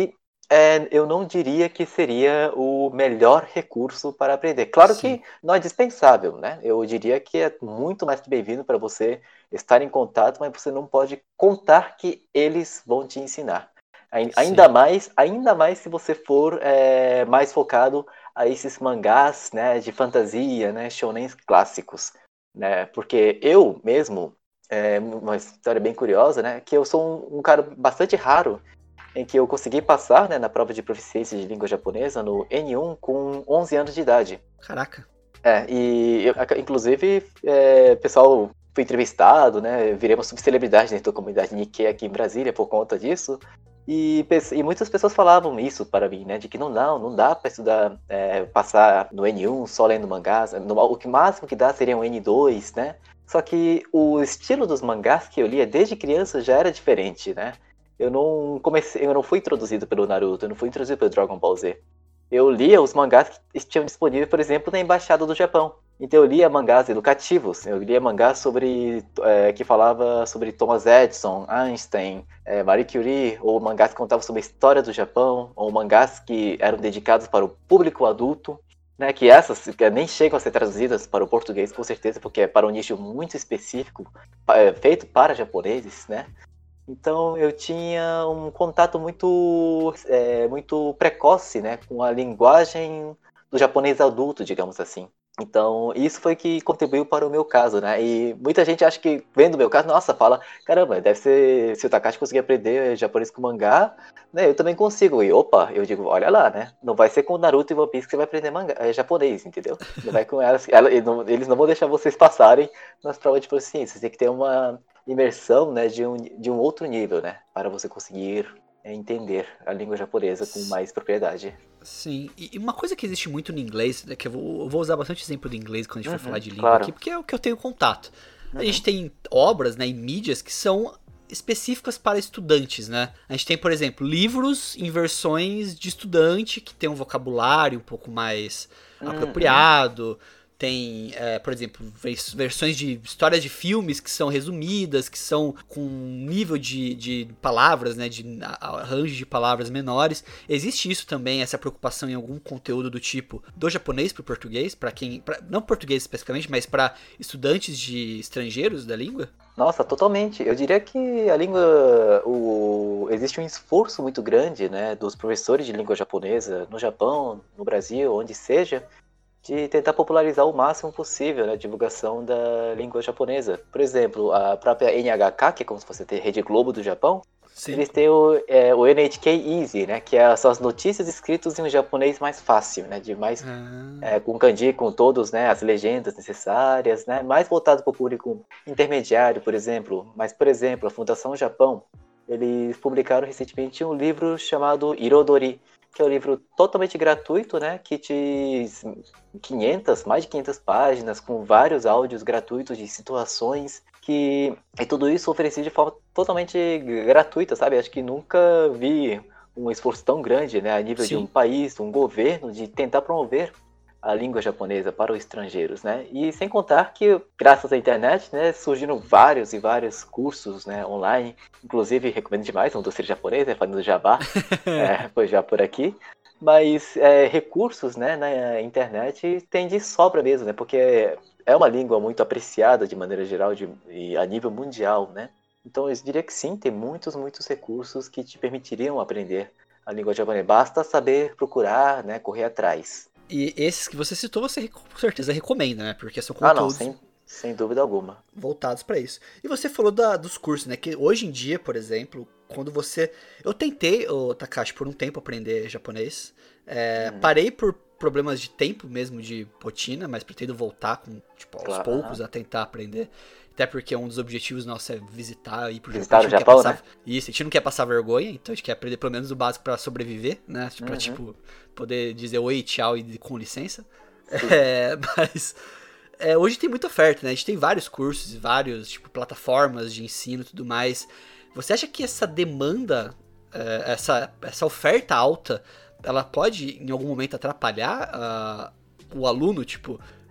É, eu não diria que seria o melhor recurso para aprender. Claro Sim. que não é dispensável, né? Eu diria que é muito mais que bem-vindo para você estar em contato, mas você não pode contar que eles vão te ensinar. Sim. Ainda mais, ainda mais se você for é, mais focado a esses mangás, né, de fantasia, né, shonen clássicos, né? Porque eu mesmo, é uma história bem curiosa, né, que eu sou um, um cara bastante raro em que eu consegui passar, né, na prova de proficiência de língua japonesa no N um com onze anos de idade. Caraca. É, e eu, inclusive, é, pessoal foi entrevistado, né, virei uma subcelebridade dentro da comunidade Nikkei aqui em Brasília por conta disso. E, e muitas pessoas falavam isso para mim, né, de que não, não, não dá para estudar, é, passar no N um só lendo mangás, no, o que máximo que dá seria um N dois, né. Só que o estilo dos mangás que eu lia desde criança já era diferente, né. Eu não comecei, eu não fui introduzido pelo Naruto, eu não fui introduzido pelo Dragon Ball Z. Eu lia os mangás que tinham disponível, por exemplo, na Embaixada do Japão. Então eu lia mangás educativos, eu lia mangás sobre, é, que falava sobre Thomas Edison, Einstein, é, Marie Curie, ou mangás que contavam sobre a história do Japão, ou mangás que eram dedicados para o público adulto, né, que essas que nem chegam a ser traduzidas para o português, com certeza, porque é para um nicho muito específico, é, feito para japoneses, né? Então eu tinha um contato muito, é, muito precoce, né, com a linguagem do japonês adulto, digamos assim. Então isso foi que contribuiu para o meu caso, né? E muita gente acha que, vendo o meu caso, nossa, fala, caramba, deve ser, se o Takashi conseguir aprender japonês com mangá, né, eu também consigo. E opa, eu digo, olha lá, né? Não vai ser com o Naruto e One Piece que você vai aprender mangá, é, japonês, entendeu? Não vai com elas, ela, eles não vão deixar vocês passarem nas provas de proficiência. Você tem que ter uma imersão, né, de um, de um outro nível, né, para você conseguir é, entender a língua japonesa com mais propriedade. Sim, e uma coisa que existe muito no inglês, né, que eu vou, eu vou usar bastante exemplo do inglês quando a gente Uhum, for falar de língua aqui, claro. porque é o que eu tenho contato. A Uhum. gente tem obras, né, e mídias que são específicas para estudantes, né? A gente tem, por exemplo, livros em versões de estudante que tem um vocabulário um pouco mais Uhum. apropriado. Tem, é, por exemplo, versões de histórias de filmes que são resumidas, que são com um nível de, de palavras, né, de arranjo de palavras menores. Existe isso também, essa preocupação em algum conteúdo do tipo do japonês para o português, para quem, pra, não português especificamente, mas para estudantes de estrangeiros da língua? Nossa, totalmente. Eu diria que a língua, o... existe um esforço muito grande, né, dos professores de língua japonesa no Japão, no Brasil, onde seja, de tentar popularizar o máximo possível, né, a divulgação da língua japonesa. Por exemplo, a própria N H K, que é como se fosse a Rede Globo do Japão, Sim. eles têm o, é, o N H K Easy, né, que é, são as notícias escritas em um japonês mais fácil, né, de mais Ah, é, com kanji, com todos, né, as legendas necessárias, né, mais voltado para o público intermediário, por exemplo. Mas, por exemplo, a Fundação Japão, eles publicaram recentemente um livro chamado Irodori, que é um livro totalmente gratuito, né, que te quinhentas, mais de quinhentas páginas, com vários áudios gratuitos de situações que e tudo isso oferecido de forma totalmente gratuita, sabe? Acho que nunca vi um esforço tão grande, né, a nível de um sim. país, um governo, de tentar promover a língua japonesa para os estrangeiros, né? E sem contar que, graças à internet, né, surgiram vários e vários cursos, né, online. Inclusive, recomendo demais, um doceiro japonês, né, fazendo jabá, é, foi já por aqui. Mas é, recursos, né, na internet tem de sobra mesmo, né? Porque é uma língua muito apreciada de maneira geral de, e a nível mundial, né? Então eu diria que sim, tem muitos, muitos recursos que te permitiriam aprender a língua japonesa. Basta saber procurar, né, correr atrás. E esses que você citou, você com certeza recomenda, né? Porque são Ah, não, conteúdos sem, sem dúvida alguma. voltados para isso. E você falou da, dos cursos, né? Que hoje em dia, por exemplo, quando você. Eu tentei, oh, Takashi, por um tempo aprender japonês. É, Uhum, parei por problemas de tempo mesmo, de rotina, mas pretendo voltar com, tipo, aos claro, poucos aham. a tentar aprender. Até porque um dos objetivos nossos é visitar e ir pro Japão. A Visitar gente o não quer Japão, né? passar. Isso, a gente não quer passar vergonha, então a gente quer aprender pelo menos o básico para sobreviver, né? Pra, Uhum, tipo, poder dizer oi, tchau e com licença. sim. É, mas é, hoje tem muita oferta, né? A gente tem vários cursos, vários tipo plataformas de ensino e tudo mais. Você acha que essa demanda, é, essa, essa oferta alta, ela pode em algum momento atrapalhar uh, o aluno, tipo,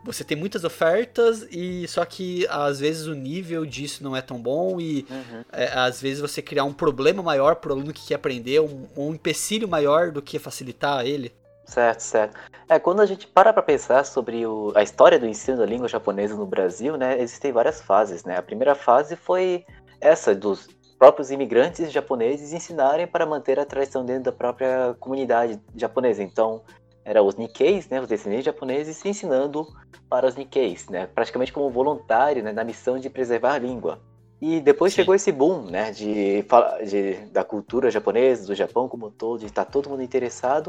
você tem muitas ofertas, e só que às vezes o nível disso não é tão bom, e Uhum. é, às vezes você criar um problema maior pro aluno que quer aprender, um, um empecilho maior do que facilitar ele. Certo, certo. É, quando a gente para para pensar sobre o, a história do ensino da língua japonesa no Brasil, né, existem várias fases, né? A primeira fase foi essa dos próprios imigrantes japoneses ensinarem para manter a tradição dentro da própria comunidade japonesa. Então, eram os Nikkeis, né, os descendentes japoneses, ensinando para os Nikkeis, né, praticamente como voluntário, né, na missão de preservar a língua. E depois Sim. chegou esse boom, né, de, de, da cultura japonesa, do Japão como um todo, de estar todo mundo interessado.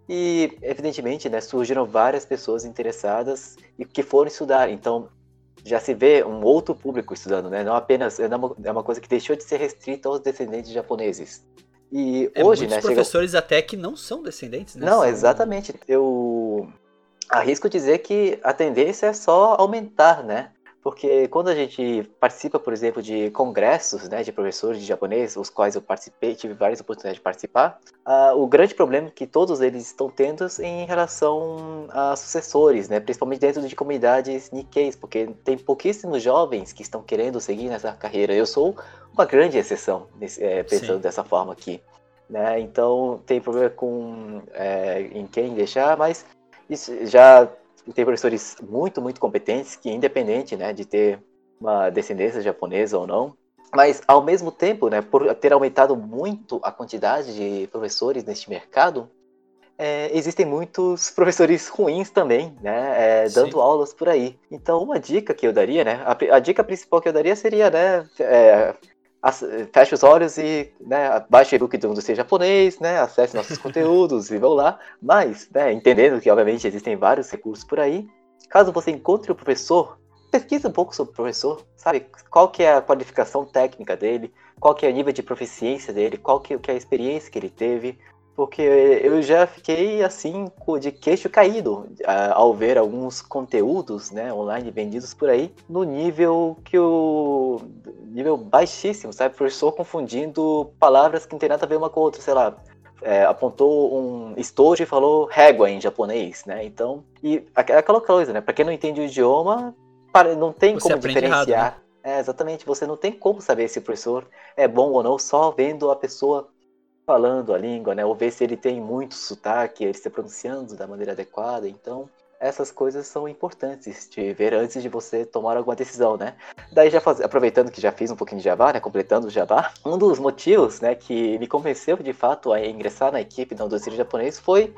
E, evidentemente, né, surgiram várias pessoas interessadas e que foram estudar. Então, já se vê um outro público estudando, né? Não apenas é uma, é uma coisa que deixou de ser restrita aos descendentes japoneses. E É, hoje, muitos né, professores chega... até que não são descendentes, né? Não, São... exatamente. Eu arrisco dizer que a tendência é só aumentar, né? Porque quando a gente participa, por exemplo, de congressos, né, de professores de japonês, os quais eu participei, tive várias oportunidades de participar, uh, o grande problema que todos eles estão tendo é em relação a sucessores, né, principalmente dentro de comunidades Nikkeis, porque tem pouquíssimos jovens que estão querendo seguir nessa carreira. Eu sou uma grande exceção, é, pensando Sim. dessa forma aqui. Né? Então, tem problema com é, em quem deixar, mas isso já... tem professores muito, muito competentes, que independente, né, de ter uma descendência japonesa ou não, mas ao mesmo tempo, né, por ter aumentado muito a quantidade de professores neste mercado, é, existem muitos professores ruins também, né, é, dando aulas por aí. Então, uma dica que eu daria, né, a, a dica principal que eu daria seria, né, é, feche os olhos e, né, baixe o e-book do Indústria Japonês, né, acesse nossos conteúdos e vão lá. Mas, né, entendendo que, obviamente, existem vários recursos por aí, caso você encontre o professor, pesquise um pouco sobre o professor, sabe? Qual que é a qualificação técnica dele, qual que é o nível de proficiência dele, qual que, que é a experiência que ele teve, porque eu já fiquei, assim, de queixo caído ao ver alguns conteúdos, né, online vendidos por aí, no nível que o... nível baixíssimo, sabe? Professor confundindo palavras que não tem nada a ver uma com a outra, sei lá, é, apontou um estojo e falou régua em japonês, né? Então, e aquela coisa, né? Pra quem não entende o idioma, não tem Você como diferenciar. Errado, né? É, exatamente, você não tem como saber se o professor é bom ou não, só vendo a pessoa falando a língua, né? Ou ver se ele tem muito sotaque, ele está pronunciando da maneira adequada. Então, essas coisas são importantes de ver antes de você tomar alguma decisão, né? Daí, já faz... aproveitando que já fiz um pouquinho de Java, né? Completando o Java, um dos motivos, né, que me convenceu de fato a ingressar na equipe da Indústria Japonês foi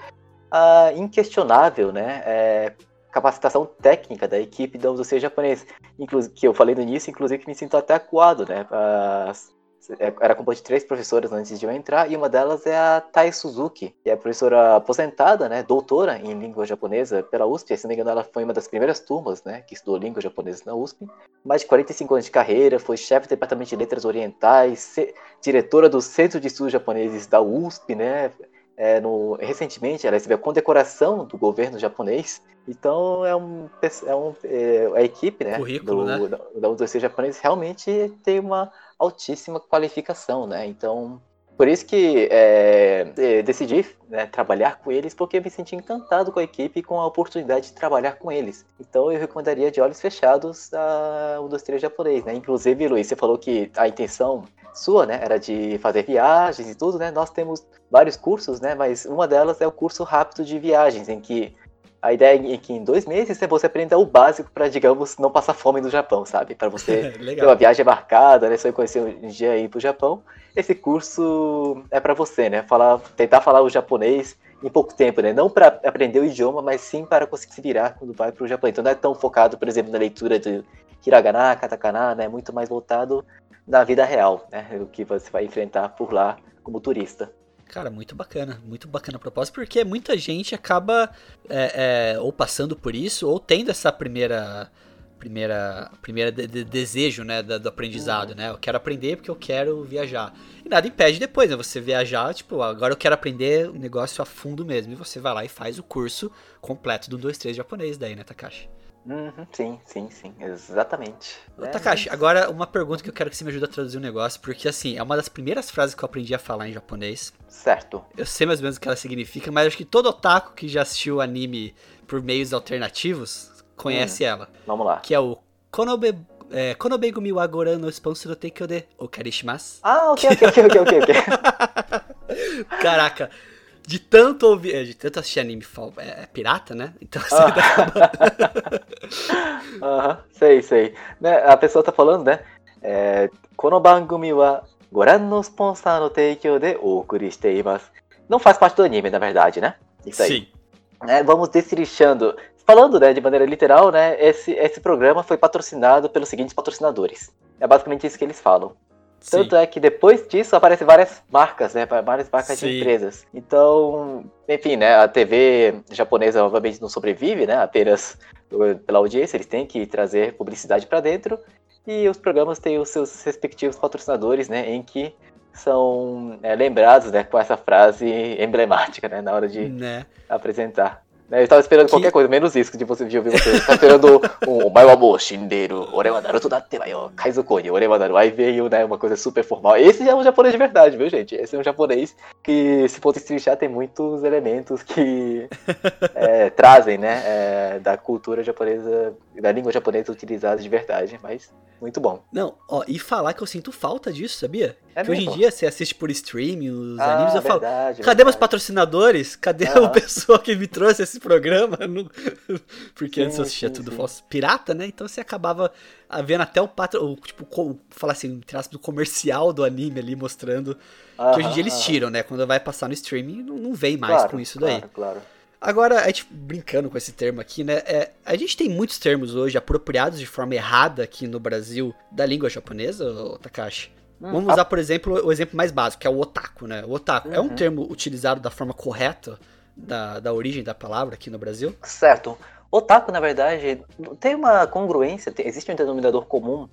a inquestionável, né, é... capacitação técnica da equipe da Indústria Japonês, inclusive que eu falei no início, inclusive que me sinto até acuado, né? As... era composto de três professoras antes de eu entrar, e uma delas é a Tai Suzuki, que é professora aposentada, né, doutora em língua japonesa pela U S P. Se não me engano, ela foi uma das primeiras turmas, né, que estudou língua japonesa na U S P. Mais de quarenta e cinco anos de carreira, foi chefe do departamento de letras orientais, diretora do Centro de Estudos Japoneses da U S P, né. É, no, recentemente ela recebeu a condecoração do governo japonês. Então é um, é um é, a equipe, né, Currículo, do, né? da, da Indústria Japonesa realmente tem uma altíssima qualificação, né? Então, por isso que é, decidi, né, trabalhar com eles, porque eu me senti encantado com a equipe e com a oportunidade de trabalhar com eles. Então, eu recomendaria de olhos fechados a Indústria Japonesa, né? Inclusive, Luiz, você falou que a intenção sua, né, era de fazer viagens e tudo, né? Nós temos vários cursos, né? Mas uma delas é o curso rápido de viagens, em que a ideia é que em dois meses você aprenda o básico para, digamos, não passar fome no Japão, sabe? Para você ter uma viagem marcada, né? Você vai conhecer um dia aí pro Japão. Esse curso é para você, né? Falar, tentar falar o japonês em pouco tempo, né? Não para aprender o idioma, mas sim para conseguir se virar quando vai pro Japão. Então não é tão focado, por exemplo, na leitura de hiragana, katakana, né? Muito mais voltado na vida real, né? O que você vai enfrentar por lá como turista. Cara, muito bacana, muito bacana a proposta, porque muita gente acaba é, é, ou passando por isso, ou tendo essa primeira primeira, primeira de, de, desejo, né, do, do aprendizado, uhum. né, eu quero aprender porque eu quero viajar, e nada impede depois, né, você viajar, tipo, agora eu quero aprender o negócio a fundo mesmo, e você vai lá e faz o curso completo do um, dois, três japonês daí, né, Takashi? Uhum, sim, sim, sim, exatamente. Ô, Takashi, agora uma pergunta que eu quero que você me ajude a traduzir um negócio, porque assim, é uma das primeiras frases que eu aprendi a falar em japonês. Certo. Eu sei mais ou menos o que ela significa, mas acho que todo otaku que já assistiu anime por meios alternativos conhece hum, ela. Vamos lá. Que é o Konobe, é, Konobegumi wa Goran no Spansu no Teikyo de Okarishimasu. Ah, ok, ok, ok, ok, ok. okay. Caraca, de tanto ouvir, de tanto assistir anime, é, é pirata, né? Então você ah. acaba... Aham, uh-huh, sei, sei. Né, a pessoa tá falando, né? É, Konobangumi wa Goran no Spansu no Teikyo de Okuri shiteimasu. Não faz parte do anime, na verdade, né? Isso aí. Sim. É, vamos destrinchando. Falando, né, de maneira literal, né, esse, esse programa foi patrocinado pelos seguintes patrocinadores. É basicamente isso que eles falam. Sim. Tanto é que depois disso aparecem várias marcas, né, várias marcas Sim. de empresas. Então, enfim, né, a T V japonesa obviamente não sobrevive, né, apenas pela audiência, eles têm que trazer publicidade para dentro. E os programas têm os seus respectivos patrocinadores, né, em que são é, lembrados, né, com essa frase emblemática, né, na hora de né. apresentar. Eu estava esperando que... qualquer coisa, menos isso que você viu você. Eu estava esperando o Mai wa mou shinderu, ore wa Naruto datte wa yo, kaizukou ni ore wa naru. Aí veio, né, uma coisa super formal. Esse é um japonês de verdade, viu, gente? Esse é um japonês que, se for destrinchar, tem muitos elementos que é, trazem, né, é, da cultura japonesa, da língua japonesa utilizada de verdade, mas muito bom. Não, ó, e falar que eu sinto falta disso, sabia? É que mesmo? Hoje em dia você assiste por streaming, os ah, animes, eu verdade, falo, cadê verdade. meus patrocinadores? Cadê Uhum. a pessoa que me trouxe esse programa? Porque sim, antes eu assistia sim, tudo sim. falso pirata, né? Então você acabava vendo até o patro, tipo, falar assim, entre aspas, do comercial do anime ali, mostrando Uhum, que hoje em dia eles uhum. tiram, né? Quando vai passar no streaming, não, não vem mais claro, com isso claro, daí. Claro. Agora, a gente brincando com esse termo aqui, né? É, a gente tem muitos termos hoje apropriados de forma errada aqui no Brasil da língua japonesa, Takashi. Hum, Vamos usar, por exemplo, o exemplo mais básico, que é o otaku, né? O otaku uhum. é um termo utilizado da forma correta da, da origem da palavra aqui no Brasil? Certo. Otaku, na verdade, tem uma congruência, tem, existe um denominador comum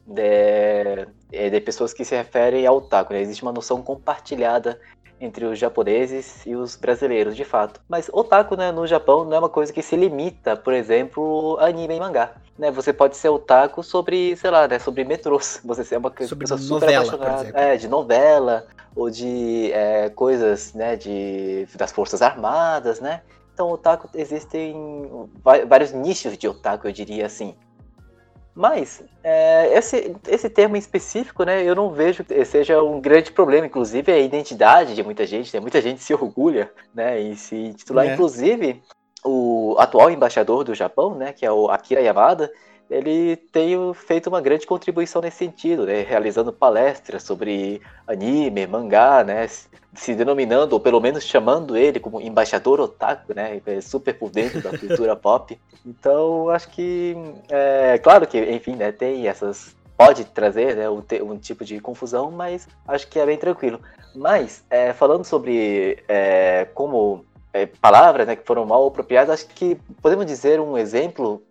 de, de pessoas que se referem ao otaku, né? Existe uma noção compartilhada entre os japoneses e os brasileiros, de fato. Mas otaku, né, no Japão não é uma coisa que se limita, por exemplo, a anime e mangá. Né, você pode ser otaku sobre, sei lá, né, sobre metrôs. Você é uma sobre pessoa super novela, apaixonada, por exemplo. É, de novela, ou de é, coisas, né, de, das Forças Armadas, né? Então, otaku, existem vários nichos de otaku, eu diria assim. Mas, é, esse, esse termo em específico, né, eu não vejo que seja um grande problema. Inclusive, é a identidade de muita gente, né? Muita gente se orgulha, né, em se intitular. É. Inclusive, o atual embaixador do Japão, né, que é o Akira Yamada, ele tem feito uma grande contribuição nesse sentido, né, realizando palestras sobre anime, mangá, né, se denominando, ou pelo menos chamando ele como embaixador otaku, né, super por dentro da cultura pop. Então, acho que, é claro que, enfim, né, tem essas, pode trazer, né, um, um tipo de confusão, mas acho que é bem tranquilo. Mas, é, falando sobre é, como é, palavras, né, que foram mal apropriadas, acho que podemos dizer um exemplo.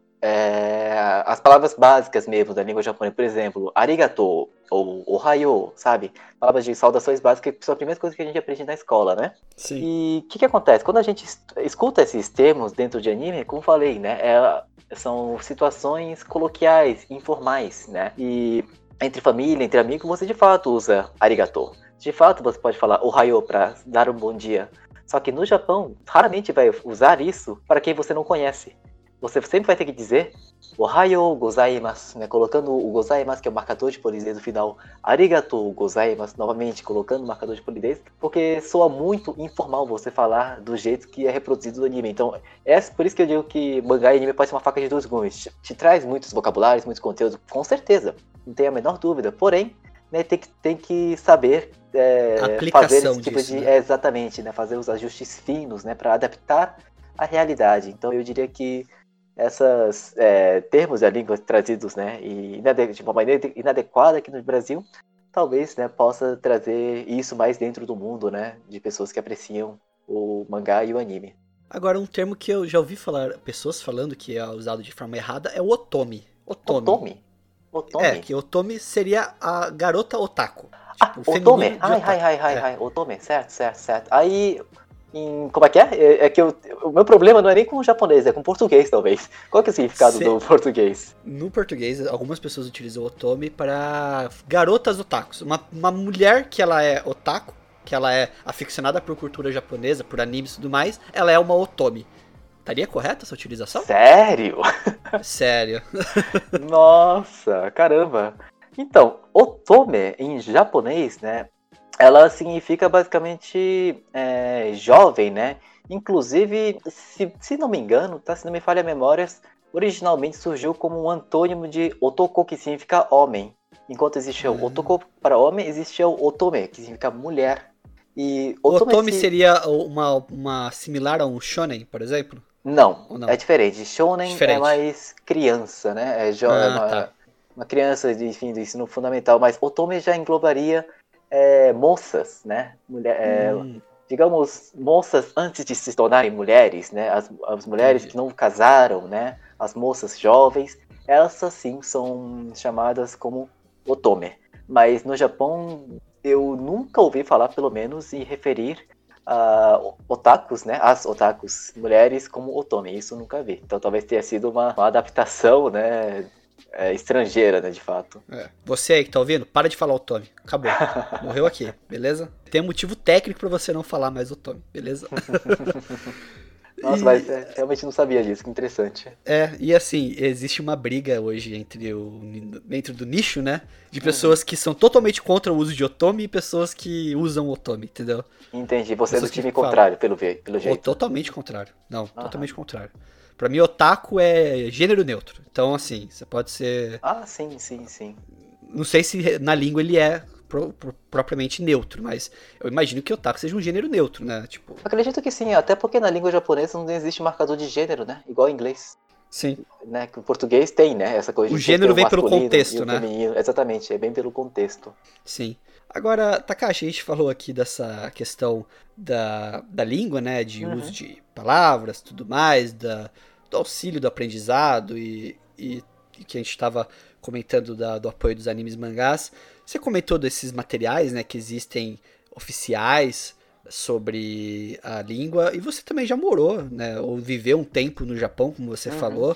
É, as palavras básicas mesmo da língua japonesa, por exemplo, arigato ou ohayo, sabe? Palavras de saudações básicas que são a primeira coisa que a gente aprende na escola, né? Sim. E o que, que acontece? Quando a gente escuta esses termos dentro de anime, como falei, né? É, são situações coloquiais, informais, né? E entre família, entre amigos, você de fato usa arigato. De fato, você pode falar ohayo para dar um bom dia. Só que no Japão, raramente vai usar isso para quem você não conhece. Você sempre vai ter que dizer Ohayou gozaimasu, né? Colocando o gozaimasu, que é o marcador de polidez no final, arigatou gozaimasu, novamente colocando o marcador de polidez, porque soa muito informal você falar do jeito que é reproduzido no anime. Então, é por isso que eu digo que mangá e anime pode ser uma faca de dois gumes. Te, te traz muitos vocabulários, muitos conteúdos, com certeza, não tem a menor dúvida. Porém, né, tem, que, tem que saber é, fazer esse tipo disso, de... né? É, exatamente, né? Fazer os ajustes finos, né? Para adaptar a realidade. Então, eu diria que esses é, termos da língua trazidos, né, e de uma maneira inadequada aqui no Brasil, talvez, né, possa trazer isso mais dentro do mundo, né, de pessoas que apreciam o mangá e o anime. Agora, um termo que eu já ouvi falar, pessoas falando que é usado de forma errada, é o otome. Otome. Otome? Otome? É, que otome seria a garota otaku. Tipo, ah, otome. Ai, ai, ai, ai, ai, otome, certo, certo, certo. Aí... Em, como é que é? É, é que eu, o meu problema não é nem com o japonês, é com o português, talvez. Qual que é o significado Se... do português? No português, algumas pessoas utilizam otome para garotas otakus. Uma, uma mulher que ela é otaku, que ela é aficionada por cultura japonesa, por animes e tudo mais, ela é uma otome. Estaria correta essa utilização? Sério? Sério. Nossa, caramba. Então, otome em japonês, né? Ela significa basicamente é, jovem, né? Inclusive, se, se não me engano, tá? Se não me falha a memória, originalmente surgiu como um antônimo de otoko, que significa homem. Enquanto existia o otoko para homem, existia o otome, que significa mulher. E o otome se... seria uma, uma similar a um shonen, por exemplo? Não, não? é diferente. Shonen diferente. é mais criança, né? É, jo... ah, é uma, tá. uma criança, enfim, do ensino fundamental. Mas otome já englobaria é, moças, né? Mulher, é, hum. digamos, moças antes de se tornarem mulheres, né? As, as mulheres Entendi. Que não casaram, né? As moças jovens, essas sim são chamadas como otome. Mas no Japão, eu nunca ouvi falar, pelo menos, e referir a otakus, né? As otakus mulheres como otome. Isso eu nunca vi. Então talvez tenha sido uma, uma adaptação, né? É, estrangeira, né? De fato. É. Você aí que tá ouvindo, para de falar otome. Acabou. Morreu aqui, beleza? Tem um motivo técnico pra você não falar mais otome, beleza? Nossa, e... mas é, realmente não sabia disso, que interessante. É, e assim, existe uma briga hoje entre o dentro do nicho, né? De pessoas uhum. que são totalmente contra o uso de otome e pessoas que usam otome, entendeu? Entendi, você pessoas é do time contrário, pelo, pelo jeito. Ou totalmente contrário. Não, uhum. totalmente contrário. Pra mim, otaku é gênero neutro. Então, assim, você pode ser... Ah, sim, sim, sim. Não sei se na língua ele é pro, pro, propriamente neutro, mas eu imagino que otaku seja um gênero neutro, né? Tipo... Acredito que sim, até porque na língua japonesa não existe marcador de gênero, né? Igual em inglês. Sim. Né? Que o português tem, né? Essa coisa o de gênero vem pelo contexto, né? Feminino. Exatamente, é bem pelo contexto. Sim. Agora, Takashi, a gente falou aqui dessa questão da, da língua, né? De uhum. uso de palavras, tudo mais, da, do auxílio do aprendizado e, e, e que a gente estava comentando da, do apoio dos animes e mangás. Você comentou desses materiais, né? Que existem oficiais sobre a língua, e você também já morou, né? Ou viveu um tempo no Japão, como você uhum. falou.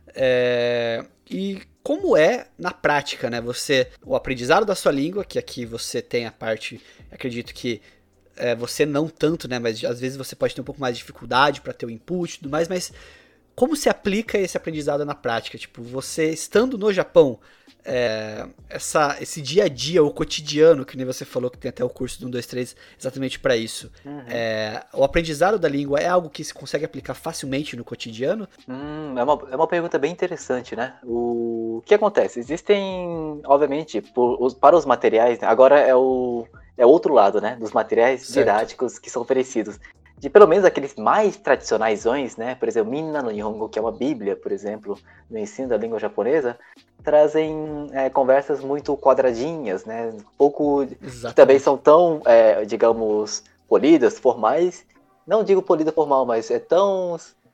É, e como é na prática, né? Você, o aprendizado da sua língua, que aqui você tem a parte, acredito que é, você não tanto, né? Mas às vezes você pode ter um pouco mais de dificuldade para ter o input e tudo mais, mas como se aplica esse aprendizado na prática? Tipo, você estando no Japão, é, essa, esse dia a dia, o cotidiano, que nem você falou que tem até o curso do um, dois, três exatamente para isso. Uhum. É, o aprendizado da língua é algo que se consegue aplicar facilmente no cotidiano? Hum, é, uma, é uma pergunta bem interessante, né? O, o que acontece? Existem, obviamente, por, os, para os materiais, né? Agora é o, é o outro lado, né? Dos materiais certo. Didáticos que são oferecidos. De pelo menos aqueles mais tradicionaisões, né? Por exemplo, Minna no Nihongo, que é uma bíblia, por exemplo, no ensino da língua japonesa, trazem é, conversas muito quadradinhas, né? Pouco que também são tão, é, digamos, polidas, formais. Não digo polida formal, mas é tão,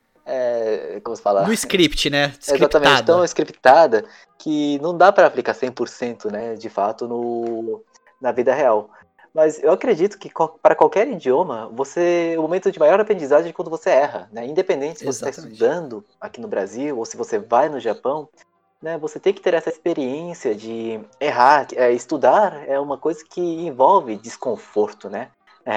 é, como se fala? No script, né? Scriptada. Exatamente, tão scriptada que não dá para aplicar cem por cento, né? De fato, no, na vida real. Mas eu acredito que para qualquer idioma, você, o momento de maior aprendizagem é quando você erra, né? Independente se você está estudando aqui no Brasil ou se você vai no Japão, né? Você tem que ter essa experiência de errar. É, estudar é uma coisa que envolve desconforto, né?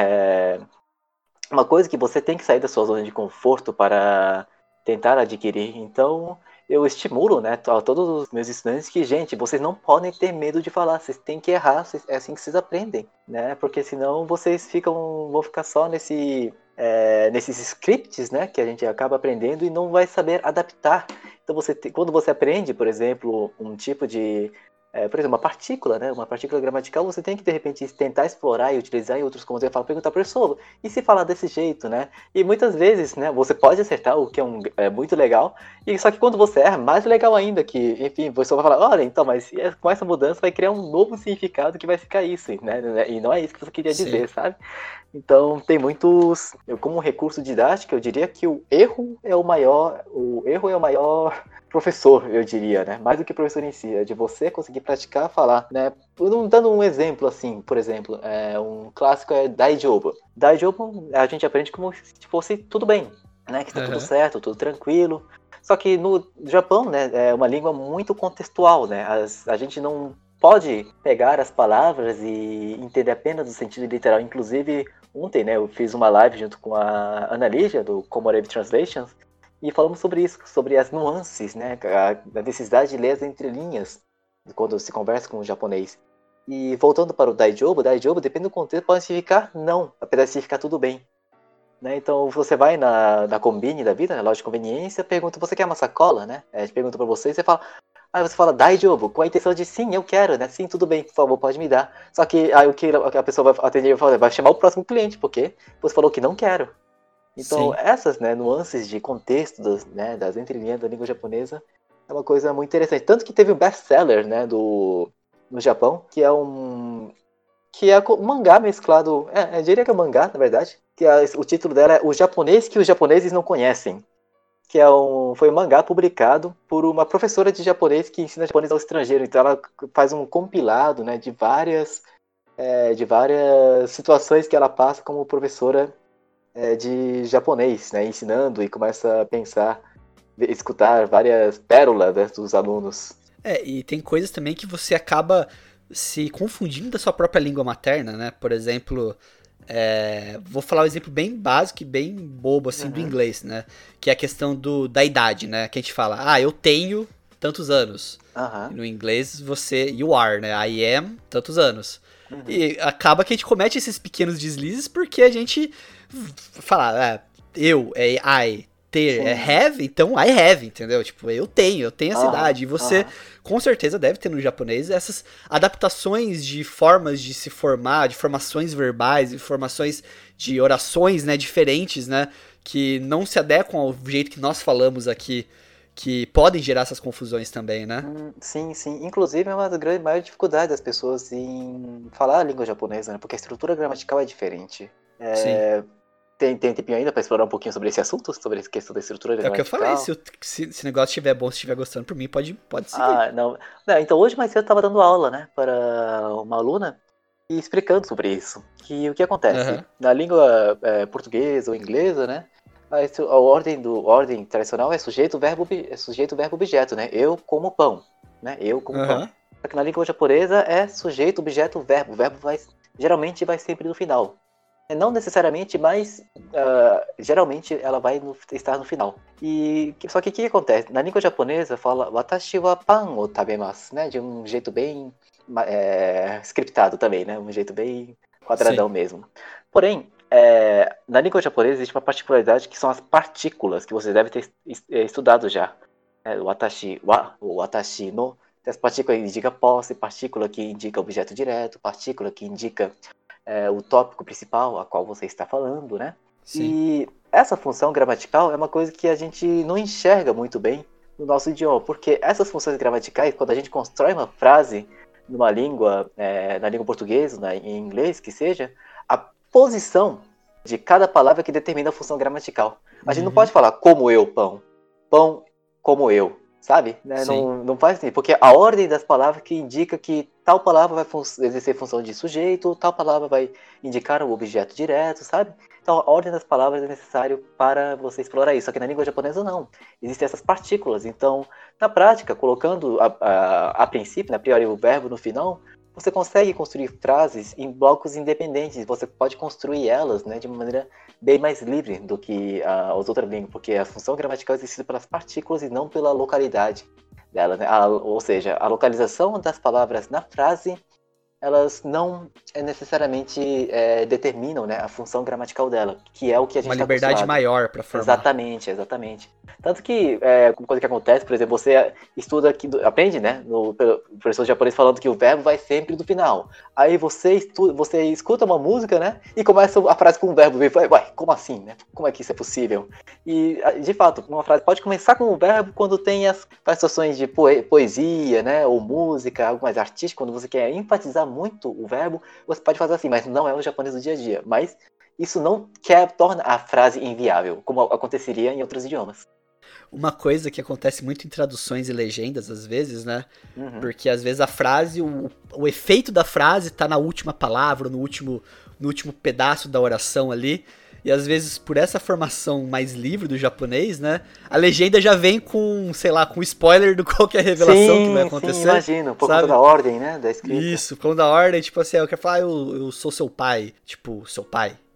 É uma coisa que você tem que sair da sua zona de conforto para tentar adquirir. Então, eu estimulo, né, a todos os meus estudantes que, gente, vocês não podem ter medo de falar, vocês têm que errar, é assim que vocês aprendem, né, porque senão vocês ficam, vão ficar só nesse, é, nesses scripts, né, que a gente acaba aprendendo e não vai saber adaptar. Então, você te, quando você aprende, por exemplo, um tipo de, é, por exemplo, uma partícula, né, uma partícula gramatical, você tem que, de repente, tentar explorar e utilizar em outros, como você fala, perguntar para a pessoa, e se falar desse jeito, né, e muitas vezes, né, você pode acertar, o que é, um, é muito legal, e só que quando você erra, mais legal ainda, que, enfim, você vai falar, olha, então, mas com essa mudança vai criar um novo significado que vai ficar isso, né, e não é isso que você queria dizer, Sim. sabe? Então, tem muitos, eu, como recurso didático, eu diria que o erro é o maior, o erro é o maior professor, eu diria, né? Mais do que professor em si, é de você conseguir praticar, falar, né? Dando um exemplo, assim, por exemplo, é, um clássico é Daijobu. Daijobu, a gente aprende como se fosse tudo bem, né? Que está uhum. tudo certo, tudo tranquilo. Só que no Japão, né, é uma língua muito contextual, né? As, a gente não pode pegar as palavras e entender apenas o sentido literal. Inclusive, ontem, né, eu fiz uma live junto com a Ana Lígia, do Komorebi Translations, E falamos sobre isso, sobre as nuances, né? A, a necessidade de ler as entrelinhas quando se conversa com o japonês. E voltando para o Daijobu, Daijobu, depende do contexto, pode significar não, apesar de significar tudo bem. Né? Então você vai na, na Combine da vida, na loja de conveniência, pergunta, você quer uma sacola, né? A gente pergunta pra você e você fala, aí você fala Daijobu, com a intenção de sim, eu quero, né? Sim, tudo bem, por favor, pode me dar. Só que aí o que a pessoa vai atender vai, vai chamar o próximo cliente, porque você falou que não quero. Então sim. Essas, né, nuances de contexto dos, né, das entrelinhas da língua japonesa é uma coisa muito interessante. Tanto que teve um best-seller, né, do, no Japão, que é um... que é um mangá mesclado... É, eu diria que é um mangá, na verdade. Que é, o título dela é O Japonês que os Japoneses Não Conhecem. Que é um, foi um mangá publicado por uma professora de japonês que ensina japonês ao estrangeiro. Então ela faz um compilado, né, de, várias, é, de várias situações que ela passa como professora é, de japonês, né, ensinando e começa a pensar, escutar várias pérolas, né, dos alunos. É, e tem coisas também que você acaba se confundindo da sua própria língua materna, né? Por exemplo, é, vou falar um exemplo bem básico e bem bobo, assim, uhum. do inglês, né? Que é a questão do, da idade, né? Que a gente fala, ah, eu tenho tantos anos. Uhum. No inglês, você, you are, né? I am tantos anos. Uhum. E acaba que a gente comete esses pequenos deslizes porque a gente fala, é, eu, é I, ter, sim. é have, então I have, entendeu? Tipo, eu tenho, eu tenho essa ah, idade. E você, ah. com certeza, deve ter no japonês essas adaptações de formas de se formar, de formações verbais, de formações de orações, né, diferentes, né, que não se adequam ao jeito que nós falamos aqui, que podem gerar essas confusões também, né? Hum, sim, sim. Inclusive, é uma das grandes maiores dificuldades das pessoas em falar a língua japonesa, né, porque a estrutura gramatical é diferente. É... Sim. Tem, tem tempinho ainda pra explorar um pouquinho sobre esse assunto? Sobre essa questão da estrutura gramatical? É o que eu falei, se o se, se negócio estiver bom, se estiver gostando, por mim, pode, pode seguir. Ah, não. não. Então hoje mais cedo eu tava dando aula, né, para uma aluna e explicando sobre isso. Que o que acontece? Uhum. Na língua é, portuguesa ou inglesa, né, a, a, ordem, do, a ordem tradicional é sujeito, verbo, é sujeito, verbo, objeto, né? Eu como pão, né? Eu como uhum. pão. Só que na língua japonesa é sujeito, objeto, verbo. O verbo vai, geralmente vai sempre no final. Não necessariamente, mas uh, geralmente ela vai no, estar no final. E, só que o que acontece? Na língua japonesa fala Watashi wa pan o tabemasu, né? De um jeito bem é, scriptado também, né? Um jeito bem quadradão Sim. mesmo. Porém, é, na língua japonesa existe uma particularidade que são as partículas, que você deve ter estudado já. É, o watashi wa, o watashi no. As partículas que indicam posse, partícula que indica objeto direto, partícula que indica É, o tópico principal a qual você está falando, né? Sim. E essa função gramatical é uma coisa que a gente não enxerga muito bem no nosso idioma, porque essas funções gramaticais, quando a gente constrói uma frase numa língua, é, na língua portuguesa, na, em inglês, que seja, a posição de cada palavra que determina a função gramatical. A gente uhum. não pode falar como eu, pão, pão como eu. Sabe? Né? Não, não faz assim, porque a ordem das palavras que indica que tal palavra vai fun- exercer função de sujeito, tal palavra vai indicar o objeto direto, sabe? Então a ordem das palavras é necessário para você explorar isso, só que na língua japonesa não. Existem essas partículas, então na prática, colocando a, a, a princípio, né, a priori o verbo no final, você consegue construir frases em blocos independentes, você pode construir elas, né, de uma maneira bem mais livre do que uh, as outras línguas, porque a função gramatical é exercida pelas partículas e não pela localidade delas, né? A, ou seja, a localização das palavras na frase, elas não é, necessariamente é, determinam, né, a função gramatical dela, que é o que a gente está acostumado. Uma liberdade maior para formar. Exatamente, exatamente. Tanto que, é, uma coisa que acontece, por exemplo, você estuda aqui, aprende, né, no pelo professor japonês falando que o verbo vai sempre do final. Aí você, estuda, você escuta uma música, né, e começa a frase com o verbo, e fala, uai, como assim, né? Como é que isso é possível? E, de fato, uma frase pode começar com o verbo quando tem as situações de poe poesia, né, ou música, algo mais artístico, quando você quer enfatizar muito o verbo, você pode fazer assim, mas não é o japonês do dia a dia. Mas isso não quer, torna a frase inviável, como aconteceria em outros idiomas. Uma coisa que acontece muito em traduções e legendas, às vezes, né? Uhum. Porque às vezes a frase, o, o efeito da frase tá na última palavra, no último, no último pedaço da oração ali. E às vezes, por essa formação mais livre do japonês, né? A legenda já vem com, sei lá, com spoiler do qual que é a revelação sim, que vai acontecer. Sim, imagino, por conta da ordem, né? Da escrita. Isso, por conta da ordem, tipo assim, eu quero falar, ah, eu, eu sou seu pai. Tipo, seu pai.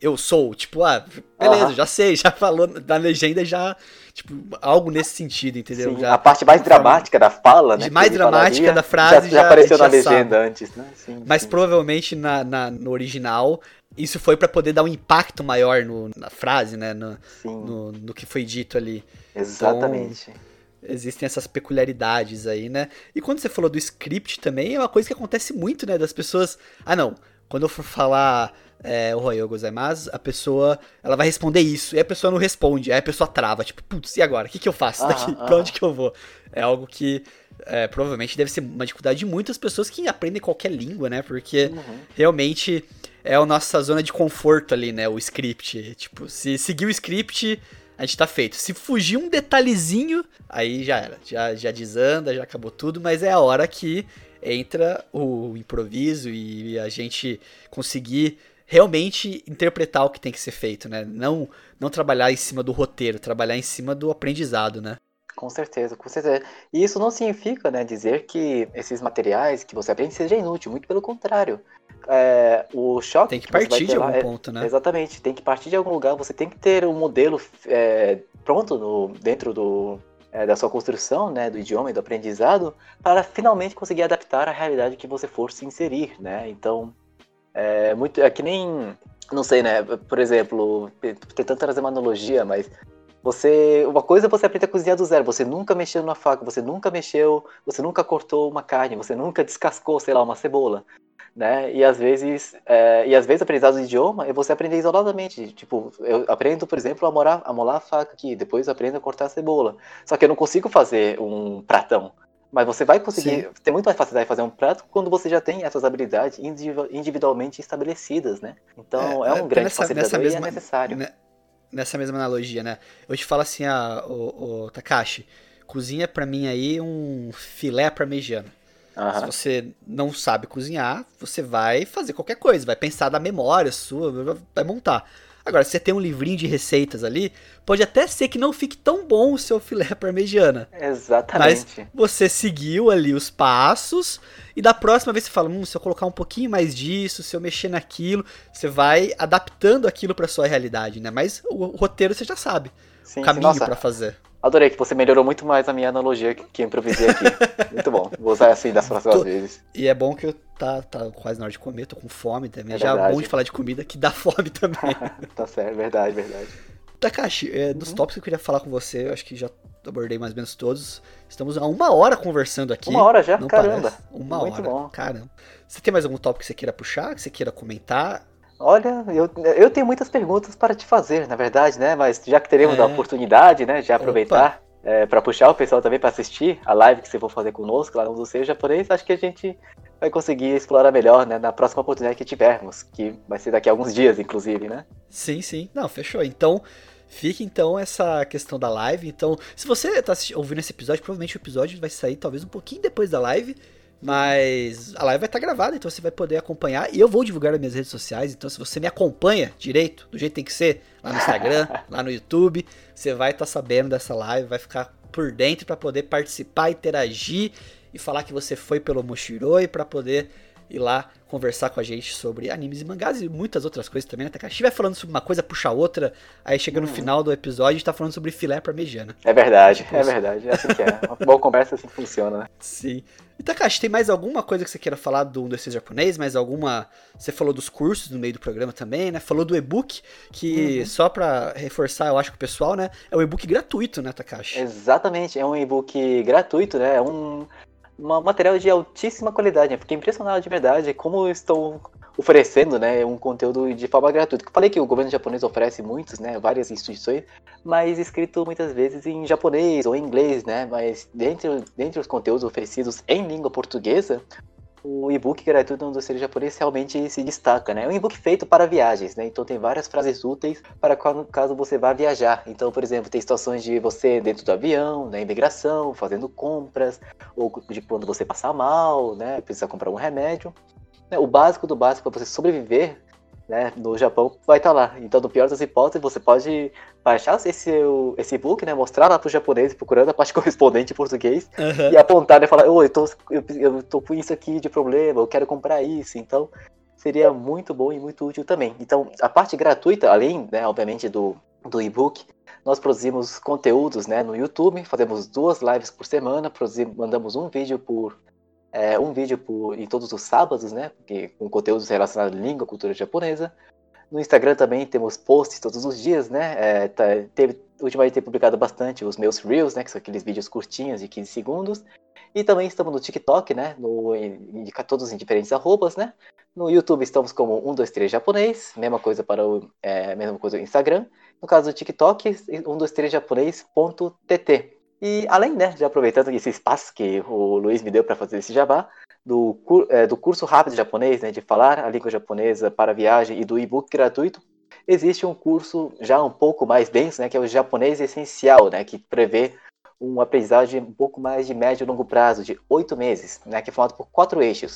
eu sou, tipo, ah, beleza, Aham. já sei, já falou na legenda, já, tipo, algo nesse sentido, entendeu? Sim, Já, a parte mais dramática da fala, né? de que mais ele dramática falaria, da frase já, já já, apareceu já na legenda sabe. antes, né? Sim, Mas sim. provavelmente na, na- no original, isso foi pra poder dar um impacto maior no- na frase, né? No, Sim, no, no que foi dito ali. Então, exatamente. existem essas peculiaridades aí, né? E quando você falou do script também, é uma coisa que acontece muito, né? Das pessoas. Ah, não. Quando eu for falar é, Ohayou gozaimasu, a pessoa ela vai responder isso. E a pessoa não responde. Aí a pessoa trava. Tipo, putz, e agora? O que, que eu faço daqui? Aham, Pra onde aham. que eu vou? É algo que é, provavelmente deve ser uma dificuldade de muitas pessoas que aprendem qualquer língua, né? Porque Uhum. realmente é a nossa zona de conforto ali, né? O script. Tipo, se seguir o script, a gente tá feito. Se fugir um detalhezinho, aí já era. Já, já desanda, já acabou tudo, mas é a hora que entra o improviso e a gente conseguir realmente interpretar o que tem que ser feito, né? Não, não trabalhar em cima do roteiro, trabalhar em cima do aprendizado, né? Com certeza, com certeza. E isso não significa, né, dizer que esses materiais que você aprende seja inútil, muito pelo contrário. É, o choque Tem que que você vai partir de ter lá algum é ponto, né? exatamente, tem que partir de algum lugar, você tem que ter um modelo é, pronto no, dentro do, é, da sua construção, né, do idioma e do aprendizado, para finalmente conseguir adaptar à realidade que você for se inserir, né? Então, é muito, é que nem, não sei, né, por exemplo, tentando trazer uma analogia, mas você, uma coisa é você aprender a cozinhar do zero. Você nunca mexeu numa faca, você nunca mexeu, você nunca cortou uma carne, você nunca descascou, sei lá, uma cebola, né? E às vezes, é, e às vezes aprendizado do idioma é você aprender isoladamente. Tipo, eu aprendo, por exemplo, a molar, a molar a faca aqui, depois eu aprendo a cortar a cebola. Só que eu não consigo fazer um pratão. Mas você vai Sim. conseguir ter muito mais facilidade de fazer um prato quando você já tem essas habilidades individualmente estabelecidas, né? Então é É, um até grande nessa, nessa facilitador e é mesma. necessário. né, Nessa mesma analogia, né? Eu te falo assim, ah, o, Takashi, cozinha pra mim aí um filé parmegiana. Se Aham. você não sabe cozinhar, você vai fazer qualquer coisa, vai pensar da memória sua, vai montar. Agora, se você tem um livrinho de receitas ali, pode até ser que não fique tão bom o seu filé parmegiana. Mas Exatamente. você seguiu ali os passos e da próxima vez você fala, hum, se eu colocar um pouquinho mais disso, se eu mexer naquilo, você vai adaptando aquilo pra sua realidade, né? Mas o, o roteiro você já sabe, o Sim, sim. caminho pra Nossa, fazer. adorei que você melhorou muito mais a minha analogia que, que eu improvisei aqui. Muito bom. Vou usar assim das próximas Tô- vezes. E é bom que eu tá, tá quase na hora de comer, tô com fome também. É Já é bom de verdade. falar de comida que dá fome também. Tá certo, verdade, verdade. Takashi, é, dos Uhum. tópicos que eu queria falar com você, eu acho que já abordei mais ou menos todos. Estamos há uma hora conversando aqui. Uma hora já? Não Caramba. parece? Uma Muito hora. bom. Caramba. Você tem mais algum tópico que você queira puxar, que você queira comentar? Olha, eu, eu tenho muitas perguntas para te fazer, na verdade, né? Mas já que teremos a É. oportunidade, né, de Opa. aproveitar é, para puxar o pessoal também para assistir a live que você for fazer conosco lá no Museu Japonês, acho que a gente vai conseguir explorar melhor, né, na próxima oportunidade que tivermos, que vai ser daqui a alguns dias, inclusive, né? Sim, sim. Não, fechou. Então, fica então essa questão da live. Então, se você tá assisti- ouvindo esse episódio, provavelmente o episódio vai sair talvez um pouquinho depois da live. Mas a live vai estar gravada, então você vai poder acompanhar. E eu vou divulgar nas minhas redes sociais. Então, se você me acompanha direito, do jeito que tem que ser, lá no Instagram, lá no YouTube, você vai estar sabendo dessa live, vai ficar por dentro para poder participar, interagir e falar que você foi pelo Moshiroi para poder ir lá conversar com a gente sobre animes e mangás e muitas outras coisas também, né? Se estiver falando sobre uma coisa, puxa outra, aí chega no Uhum. final do episódio e a gente tá falando sobre filé parmegiana. É verdade, Tipo é isso. verdade. É assim que é. Uma boa conversa assim funciona, né? Sim. E Takashi, tem mais alguma coisa que você queira falar do um dois três japonês? Mais alguma... Você falou dos cursos no meio do programa também, né? Falou do e-book, que Uhum. só pra reforçar, eu acho que o pessoal, né? É um e-book gratuito, né, Takashi? Exatamente, é um e-book gratuito, né? É um, um material de altíssima qualidade, né? Fiquei impressionado de verdade como estão oferecendo, né, um conteúdo de forma gratuita. Eu falei que o governo japonês oferece muitos, né, várias instituições, mas escrito muitas vezes em japonês ou em inglês, né? Mas dentre, dentre os conteúdos oferecidos em língua portuguesa, o e-book gratuito do Ser Japonês realmente se destaca, né? É um e-book feito para viagens, né? Então tem várias frases úteis para quando, caso você vá viajar. Então, por exemplo, tem situações de você dentro do avião, na imigração, fazendo compras, ou de quando você passar mal, né? Precisa comprar um remédio. O básico do básico para você sobreviver, né, no Japão vai estar lá. Então, no pior das hipóteses, você pode baixar esse, esse e-book, né, mostrar lá para os japoneses, procurando a parte correspondente em português, Uhum. e apontar, né, falar, oh, eu, tô, eu, eu tô com isso aqui de problema, eu quero comprar isso. Então, seria muito bom e muito útil também. Então, a parte gratuita, além, né, obviamente, do, do e-book, nós produzimos conteúdos, né, no YouTube, fazemos duas lives por semana, produzimos, mandamos um vídeo por é, um vídeo por, em todos os sábados, né, porque, com conteúdos relacionados à língua, cultura japonesa. No Instagram também temos posts todos os dias, né, é, tá, teve, ultimamente tem publicado bastante os meus Reels, né, que são aqueles vídeos curtinhos de quinze segundos. E também estamos no TikTok, né, no, em, em, todos em diferentes arrobas, né. No YouTube estamos como um dois três japonês, mesma coisa para o é, mesma coisa no Instagram. No caso do TikTok, um dois três japonês ponto t t. E além, né, de aproveitando esse espaço que o Luiz me deu para fazer esse jabá, do, é, do curso rápido japonês, né, de falar a língua japonesa para viagem e do e-book gratuito, existe um curso já um pouco mais denso, né, que é o japonês essencial, né, que prevê uma aprendizagem um pouco mais de médio e longo prazo, de oito meses, né, que é formado por quatro eixos.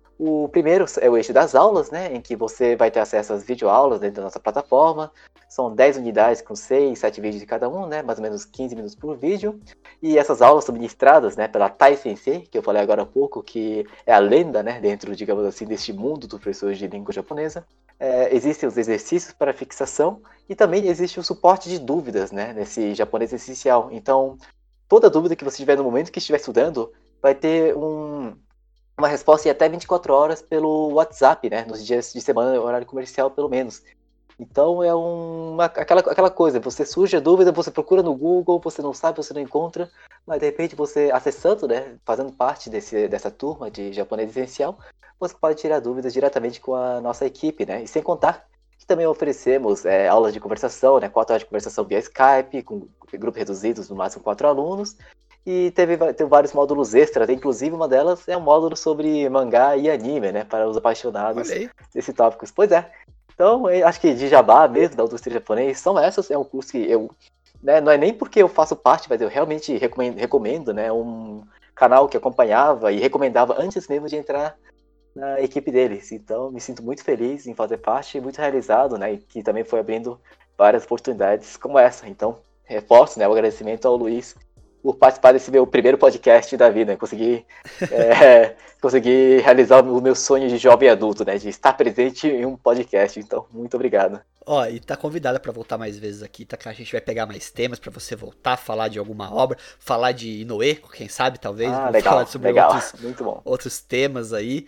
O primeiro é o eixo das aulas, né, em que você vai ter acesso às videoaulas dentro da nossa plataforma. São dez unidades com seis, sete vídeos de cada um, né, mais ou menos quinze minutos por vídeo. E essas aulas são ministradas, né, pela Tai Sensei, que eu falei agora há pouco, que é a lenda, né, dentro, digamos assim, deste mundo dos professores de língua japonesa. É, existem os exercícios para fixação e também existe o suporte de dúvidas, né, nesse japonês essencial. Então, toda dúvida que você tiver no momento que estiver estudando, vai ter um... uma resposta em até vinte e quatro horas pelo WhatsApp, né? Nos dias de semana, horário comercial, pelo menos. Então é uma, aquela, aquela coisa, você surge a dúvida, você procura no Google, você não sabe, você não encontra, mas de repente você acessando, né? Fazendo parte desse, dessa turma de japonês essencial, você pode tirar dúvidas diretamente com a nossa equipe, né? E sem contar que também oferecemos é, aulas de conversação, né? Quatro horas de conversação via Skype, com grupos reduzidos, no máximo quatro alunos. E teve, teve vários módulos extras, inclusive uma delas é um módulo sobre mangá e anime, né? Para os apaixonados desses tópicos. Pois é. Então, eu acho que de jabá mesmo, da indústria japonesa, são essas. É um curso que eu... Né, não é nem porque eu faço parte, mas eu realmente recomendo, recomendo, né? Um canal que acompanhava e recomendava antes mesmo de entrar na equipe deles. Então, me sinto muito feliz em fazer parte, muito realizado, né? E que também foi abrindo várias oportunidades como essa. Então, reforço, né, o agradecimento ao Luiz por participar desse meu primeiro podcast da vida, né? Consegui, é, consegui realizar o meu sonho de jovem adulto, né? De estar presente em um podcast. Então, muito obrigado. Ó, e tá convidada pra voltar mais vezes aqui, tá? Que a gente vai pegar mais temas pra você voltar, falar de alguma obra, falar de Inoue, quem sabe, talvez. Ah, legal, falar sobre legal. Outros, muito bom. outros temas aí.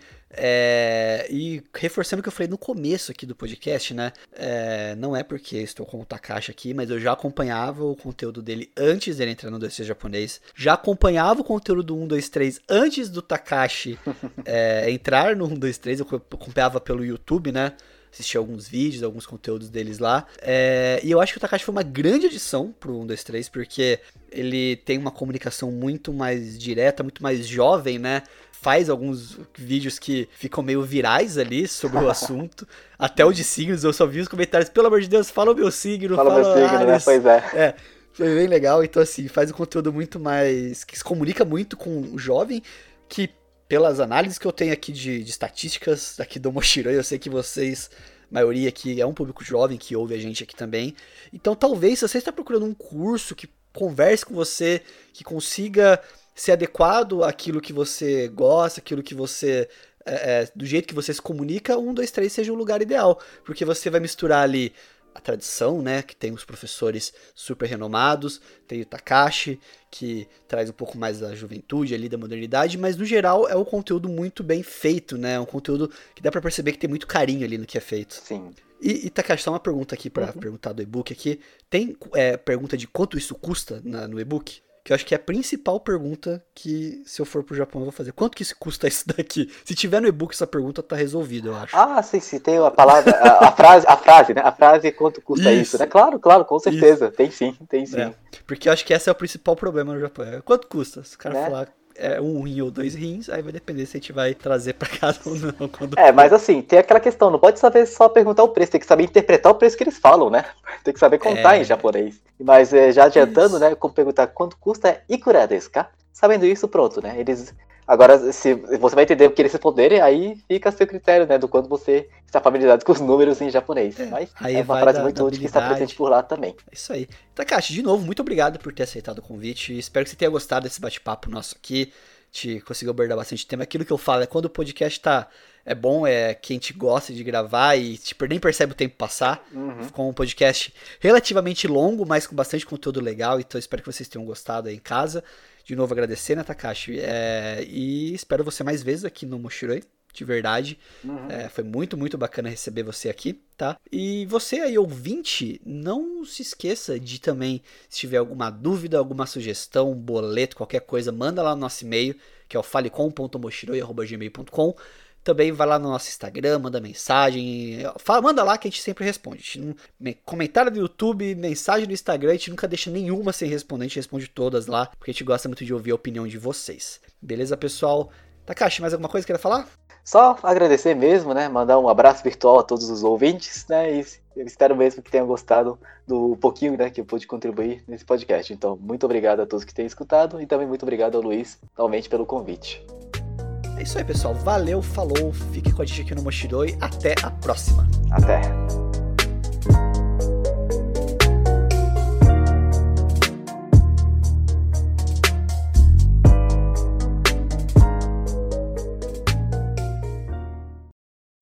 É, e reforçando o que eu falei no começo aqui do podcast, né? É, não é porque estou com o Takashi aqui, mas eu já acompanhava o conteúdo dele antes dele entrar no dois três japonês. Já acompanhava o conteúdo do um dois três antes do Takashi é, entrar no um dois três. Eu acompanhava pelo YouTube, né? Assisti alguns vídeos, alguns conteúdos deles lá. É, e eu acho que o Takashi foi uma grande adição pro um dois três, porque ele tem uma comunicação muito mais direta, muito mais jovem, né? Faz alguns vídeos que ficam meio virais ali sobre o assunto. Até o de signos, eu só vi os comentários, pelo amor de Deus, fala o meu signo, fala, fala meu signo, né? Pois é. É, foi bem legal. Então, assim, faz um conteúdo muito mais... que se comunica muito com o jovem, que pelas análises que eu tenho aqui de, de estatísticas aqui do Moshiroi, eu sei que vocês, a maioria aqui é um público jovem que ouve a gente aqui também. Então, talvez, se você está procurando um curso que converse com você, que consiga ser adequado àquilo que você gosta, aquilo que você... É, é, do jeito que você se comunica, um, dois, três seja o lugar ideal. Porque você vai misturar ali a tradição, né, que tem os professores super renomados, tem o Takashi, que traz um pouco mais da juventude ali, da modernidade, mas no geral é um conteúdo muito bem feito, né, um conteúdo que dá pra perceber que tem muito carinho ali no que é feito. Sim. E, e Takashi, só uma pergunta aqui pra uhum. perguntar do e-book aqui, tem é, pergunta de quanto isso custa na, no e-book? Que eu acho que é a principal pergunta que, se eu for pro Japão, eu vou fazer. Quanto que isso custa isso daqui? Se tiver no e-book, essa pergunta tá resolvida, eu acho. Ah, sim, sim. Tem a palavra, a, a frase, a frase, né? A frase, quanto custa isso, isso né? Claro, claro, com certeza. Isso. Tem sim, tem sim. É, porque eu acho que esse é o principal problema no Japão. É, quanto custa? Se o cara né? falar é, um rim ou dois rins, aí vai depender se a gente vai trazer pra casa ou não. Quando é, for. Mas assim, tem aquela questão, não pode saber só perguntar o preço, tem que saber interpretar o preço que eles falam, né? Tem que saber contar é... em japonês. Mas é, já adiantando, isso. né, como perguntar quanto custa é ikura desu ka? Sabendo isso, pronto, né? Eles... Agora, se você vai entender o que eles responderem, aí fica a seu critério, né, do quanto você está familiarizado com os números em japonês. É, Mas é uma frase da, muito da útil que está presente por lá também. É isso aí. Takashi, de novo, muito obrigado por ter aceitado o convite. Espero que você tenha gostado desse bate-papo nosso aqui. gente conseguiu abordar bastante tema. Aquilo que eu falo é quando o podcast tá... É bom, é que a gente gosta de gravar e tipo, nem percebe o tempo passar. Uhum. Ficou um podcast relativamente longo, mas com bastante conteúdo legal. Então espero que vocês tenham gostado aí em casa. De novo agradecer, né, Takashi? É, e espero você mais vezes aqui no Moshiroi, de verdade. Uhum. É, foi muito, muito bacana receber você aqui, tá? E você aí, ouvinte, não se esqueça de também, se tiver alguma dúvida, alguma sugestão, boleto, qualquer coisa, manda lá no nosso e-mail, que é o falecom ponto moshiroi arroba gmail ponto com. Também vai lá no nosso Instagram, manda mensagem, fala, manda lá que a gente sempre responde. A gente não, comentário no YouTube, mensagem no Instagram, a gente nunca deixa nenhuma sem responder, a gente responde todas lá, porque a gente gosta muito de ouvir a opinião de vocês. Beleza, pessoal? Takashi, mais alguma coisa que queira falar? Só agradecer mesmo, né? Mandar um abraço virtual a todos os ouvintes, né? E eu espero mesmo que tenham gostado do pouquinho, né, que eu pude contribuir nesse podcast. Então, muito obrigado a todos que têm escutado e também muito obrigado ao Luiz, realmente, pelo convite. É isso aí, pessoal. Valeu, falou. Fique com a gente aqui no Moshiroi. Até a próxima. Até.